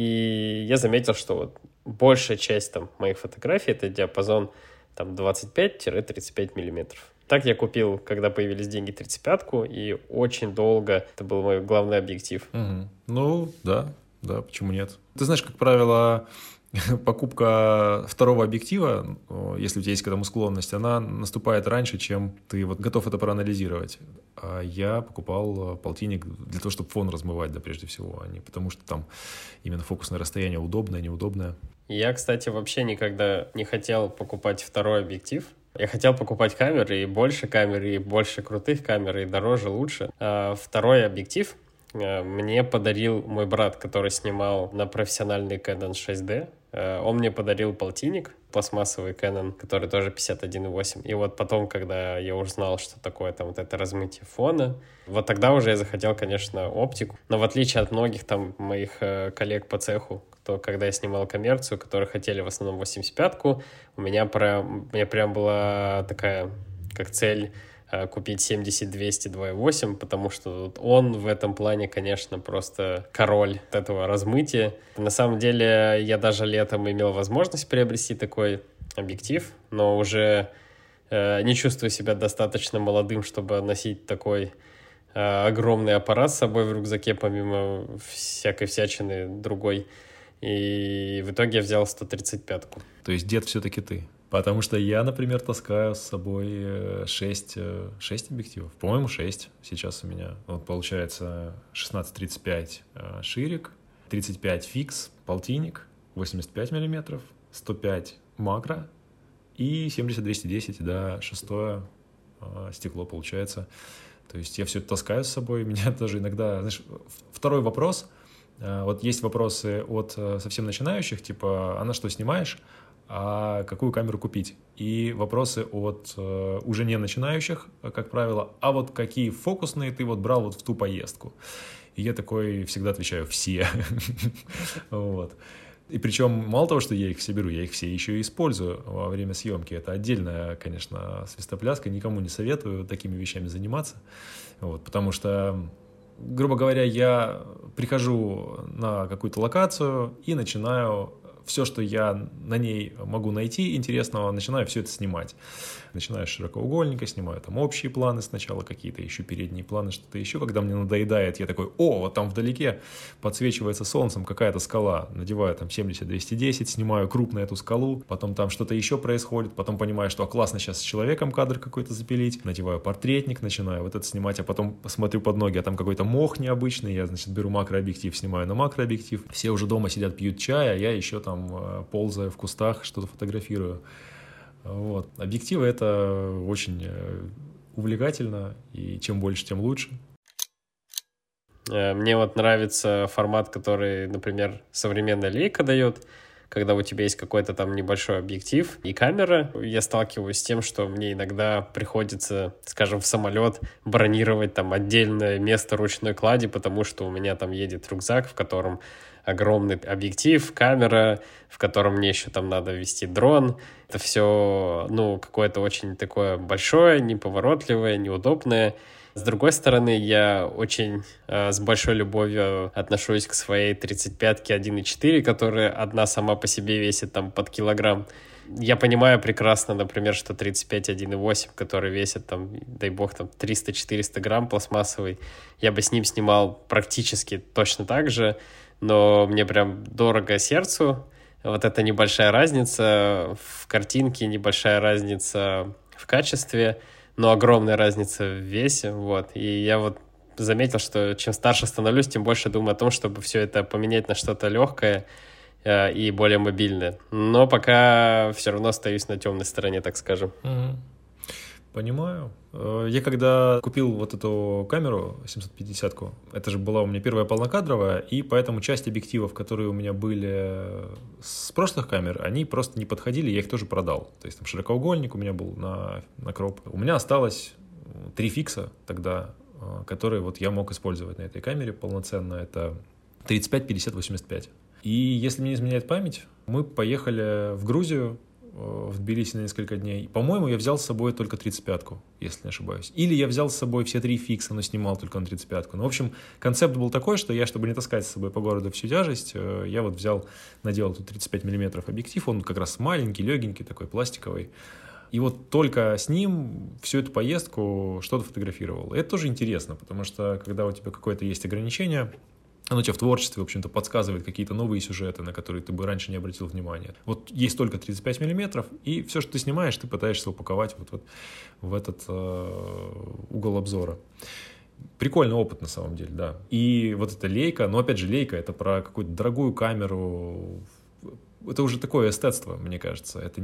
И я заметил, что вот большая часть там моих фотографий — это диапазон там 25-35 миллиметров. Так я купил, когда появились деньги, 35-ку, и очень долго это был мой главный объектив. Угу. Ну, да, почему нет? Ты знаешь, как правило, покупка второго объектива, если у тебя есть к этому склонность, она наступает раньше, чем ты вот готов это проанализировать. А я покупал полтинник для того, чтобы фон размывать, да, прежде всего, а не потому что там именно фокусное расстояние удобное, неудобное. Я, кстати, вообще никогда не хотел покупать второй объектив. Я хотел покупать камеры, и больше крутых камер, и дороже, лучше. А второй объектив мне подарил мой брат, который снимал на профессиональный Canon 6D. Он мне подарил полтинник, пластмассовый Canon, который тоже 51.8. И вот потом, когда я узнал, что такое там вот это размытие фона, вот тогда уже я захотел, конечно, оптику. Но в отличие от многих там моих коллег по цеху, кто, когда я снимал коммерцию, которые хотели в основном 85-ку, у меня прям была такая, как цель, купить 70-200 2.8, потому что он в этом плане, конечно, просто король этого размытия. На самом деле, я даже летом имел возможность приобрести такой объектив, но уже не чувствую себя достаточно молодым, чтобы носить такой огромный аппарат с собой в рюкзаке, помимо всякой всячины другой. И в итоге я взял 135-ку. То есть дед все-таки ты? Потому что я, например, таскаю с собой 6 объективов. По-моему, 6 сейчас у меня. Вот получается 16-35 ширик, 35 фикс, полтинник, 85 миллиметров, 105 макро и 70-210, да, шестое стекло получается. То есть я все это таскаю с собой. Меня тоже иногда... Знаешь, второй вопрос. Вот есть вопросы от совсем начинающих, типа, а на что снимаешь? А какую камеру купить? И вопросы от уже не начинающих, как правило, а вот какие фокусные ты вот брал вот в ту поездку? И я такой всегда отвечаю: все. Вот. И причем мало того, что я их все беру, я их все еще и использую во время съемки. Это отдельная, конечно, свистопляска. Никому не советую такими вещами заниматься. Вот, потому что, грубо говоря, я прихожу на какую-то локацию и начинаю все, что я на ней могу найти интересного, начинаю все это снимать. Начинаю с широкоугольника, снимаю там общие планы сначала какие-то, ищу передние планы, что-то еще. Когда мне надоедает, я такой: о, вот там вдалеке подсвечивается солнцем какая-то скала. Надеваю там 70-210, снимаю крупно эту скалу, потом там что-то еще происходит, потом понимаю, что классно сейчас с человеком кадр какой-то запилить. Надеваю портретник, начинаю вот это снимать, а потом смотрю под ноги, а там какой-то мох необычный. Я, значит, беру макрообъектив, снимаю на макрообъектив. Все уже дома сидят, пьют чай, а я еще там ползая в кустах, что-то фотографирую. Вот. Объективы — это очень увлекательно, и чем больше, тем лучше. Мне вот нравится формат, который, например, современная Leica дает, когда у тебя есть какой-то там небольшой объектив и камера. Я сталкиваюсь с тем, что мне иногда приходится, скажем, в самолет бронировать там отдельное место ручной клади, потому что у меня там едет рюкзак, в котором огромный объектив, камера, в котором мне еще там надо вести дрон. Это все, какое-то очень такое большое, неповоротливое, неудобное. С другой стороны, я очень с большой любовью отношусь к своей 35-ке 1.4, которая одна сама по себе весит там под килограмм. Я понимаю прекрасно, например, что 35 1.8, который весит там, дай бог, там 300-400 грамм пластмассовый, я бы с ним снимал практически точно так же, но мне прям дорого сердцу. Вот эта небольшая разница в картинке, небольшая разница в качестве, но огромная разница в весе, вот. И я вот заметил, что чем старше становлюсь, тем больше думаю о том, чтобы все это поменять на что-то легкое и более мобильное. Но пока все равно остаюсь на темной стороне, так скажем. Понимаю. Я когда купил вот эту камеру 750-ку, это же была у меня первая полнокадровая, и поэтому часть объективов, которые у меня были с прошлых камер, они просто не подходили, я их тоже продал. То есть там широкоугольник у меня был на кроп. У меня осталось 3 фикса тогда, которые вот я мог использовать на этой камере полноценно. Это 35, 50, 85. И если мне не изменяет память, мы поехали в Грузию, в Тбилиси на несколько дней. По-моему, я взял с собой только 35-ку, если не ошибаюсь. Или я взял с собой все 3 фикса, но снимал только на 35-ку. Ну, в общем, концепт был такой, что я, чтобы не таскать с собой по городу всю тяжесть, я вот наделал тут 35 миллиметров объектив, он как раз маленький, легенький, такой пластиковый. И вот только с ним всю эту поездку что-то фотографировал. И это тоже интересно, потому что когда у тебя какое-то есть ограничение, оно тебе в творчестве, в общем-то, подсказывает какие-то новые сюжеты, на которые ты бы раньше не обратил внимания. Вот есть только 35 миллиметров, и все, что ты снимаешь, ты пытаешься упаковать вот в этот угол обзора. Прикольный опыт, на самом деле, да. И вот эта Leica, но опять же, Leica — это про какую-то дорогую камеру. Это уже такое эстетство, мне кажется. Это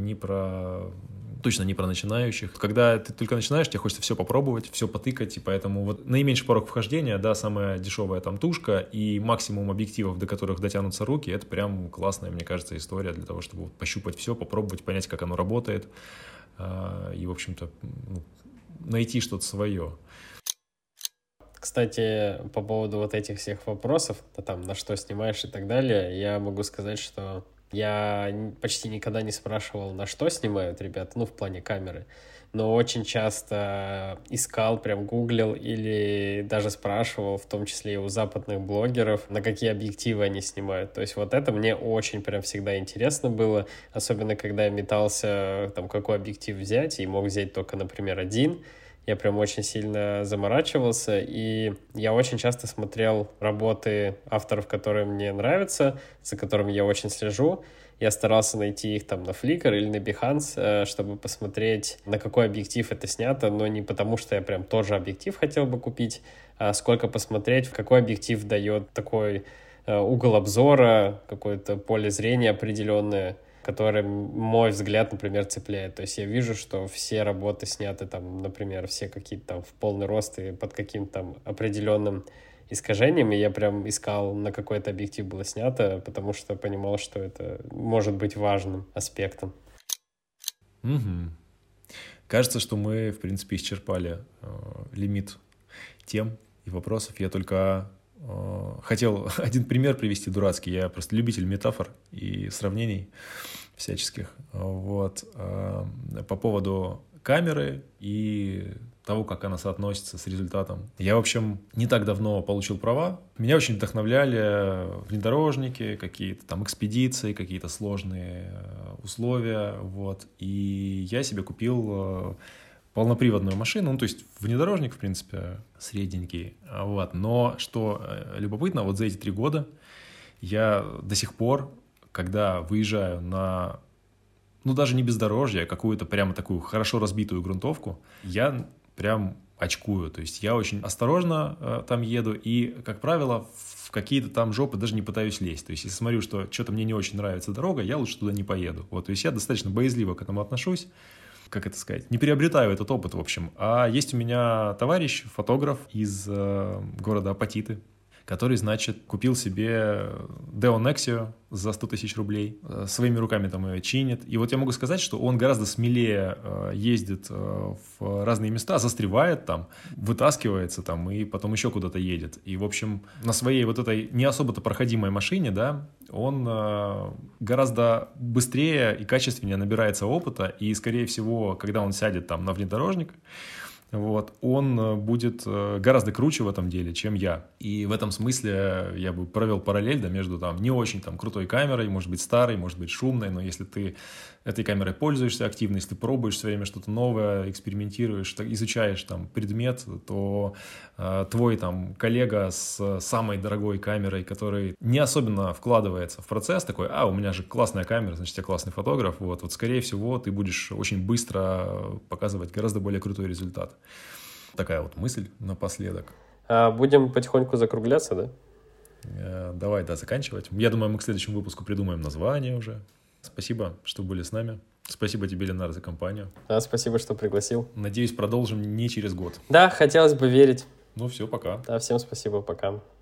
точно не про начинающих. Когда ты только начинаешь, тебе хочется все попробовать, все потыкать, и поэтому вот наименьший порог вхождения, да, самая дешевая там тушка и максимум объективов, до которых дотянутся руки, это прям классная, мне кажется, история для того, чтобы пощупать все, попробовать, понять, как оно работает, и, в общем-то, найти что-то свое. Кстати, по поводу вот этих всех вопросов, там, на что снимаешь и так далее, я могу сказать, что я почти никогда не спрашивал, на что снимают ребята, в плане камеры, но очень часто искал, прям гуглил или даже спрашивал, в том числе и у западных блогеров, на какие объективы они снимают. То есть вот это мне очень прям всегда интересно было, особенно когда я метался, там, какой объектив взять, и мог взять только, например, один. Я прям очень сильно заморачивался, и я очень часто смотрел работы авторов, которые мне нравятся, за которыми я очень слежу. Я старался найти их там на Flickr или на Behance, чтобы посмотреть, на какой объектив это снято, но не потому, что я прям тот же объектив хотел бы купить, а сколько посмотреть, в какой объектив дает такой угол обзора, какое-то поле зрения определенное, который мой взгляд, например, цепляет. То есть я вижу, что все работы сняты там, например, все какие-то там в полный рост и под каким-то там определенным искажением, и я прям искал, на какой-то объектив было снято, потому что понимал, что это может быть важным аспектом. Угу. Кажется, что мы, в принципе, исчерпали лимит тем и вопросов. Я только хотел один пример привести дурацкий. Я просто любитель метафор и сравнений всяческих. Вот. По поводу камеры и того, как она соотносится с результатом. Я, в общем, не так давно получил права. Меня очень вдохновляли внедорожники, какие-то там экспедиции, какие-то сложные условия. Вот. И я себе купил полноприводную машину, ну, то есть внедорожник, в принципе, средненький. Вот. Но что любопытно, вот за эти 3 года я до сих пор, когда выезжаю на, ну, даже не бездорожье, а какую-то прямо такую хорошо разбитую грунтовку, я прям очкую. То есть я очень осторожно там еду и, как правило, в какие-то там жопы даже не пытаюсь лезть. То есть если смотрю, что что-то мне не очень нравится дорога, я лучше туда не поеду. Вот. То есть я достаточно боязливо к этому отношусь. Как это сказать? Не приобретаю этот опыт, в общем. А есть у меня товарищ, фотограф из города Апатиты, который, значит, купил себе Deo Nexio за 100 тысяч рублей, своими руками там ее чинит. И вот я могу сказать, что он гораздо смелее ездит в разные места, застревает там, вытаскивается там и потом еще куда-то едет. И, в общем, на своей вот этой не особо-то проходимой машине, да, он гораздо быстрее и качественнее набирается опыта, и, скорее всего, когда он сядет там на внедорожник, вот, он будет гораздо круче в этом деле, чем я. И в этом смысле я бы провел параллель, да, между там не очень там крутой камерой, может быть старой, может быть шумной, но если ты этой камерой пользуешься активно, если ты пробуешь все время что-то новое, экспериментируешь, изучаешь там предмет, то твой там коллега с самой дорогой камерой, который не особенно вкладывается в процесс, такой, у меня же классная камера, значит, я классный фотограф, вот, скорее всего, ты будешь очень быстро показывать гораздо более крутой результат. Такая вот мысль напоследок. Будем потихоньку закругляться, да? Давай, да, заканчивать. Я думаю, мы к следующему выпуску придумаем название уже. Спасибо, что были с нами. Спасибо тебе, Ленар, за компанию. Спасибо, что пригласил. Надеюсь, продолжим не через год. Да, хотелось бы верить. Ну все, пока. Да, всем спасибо, пока.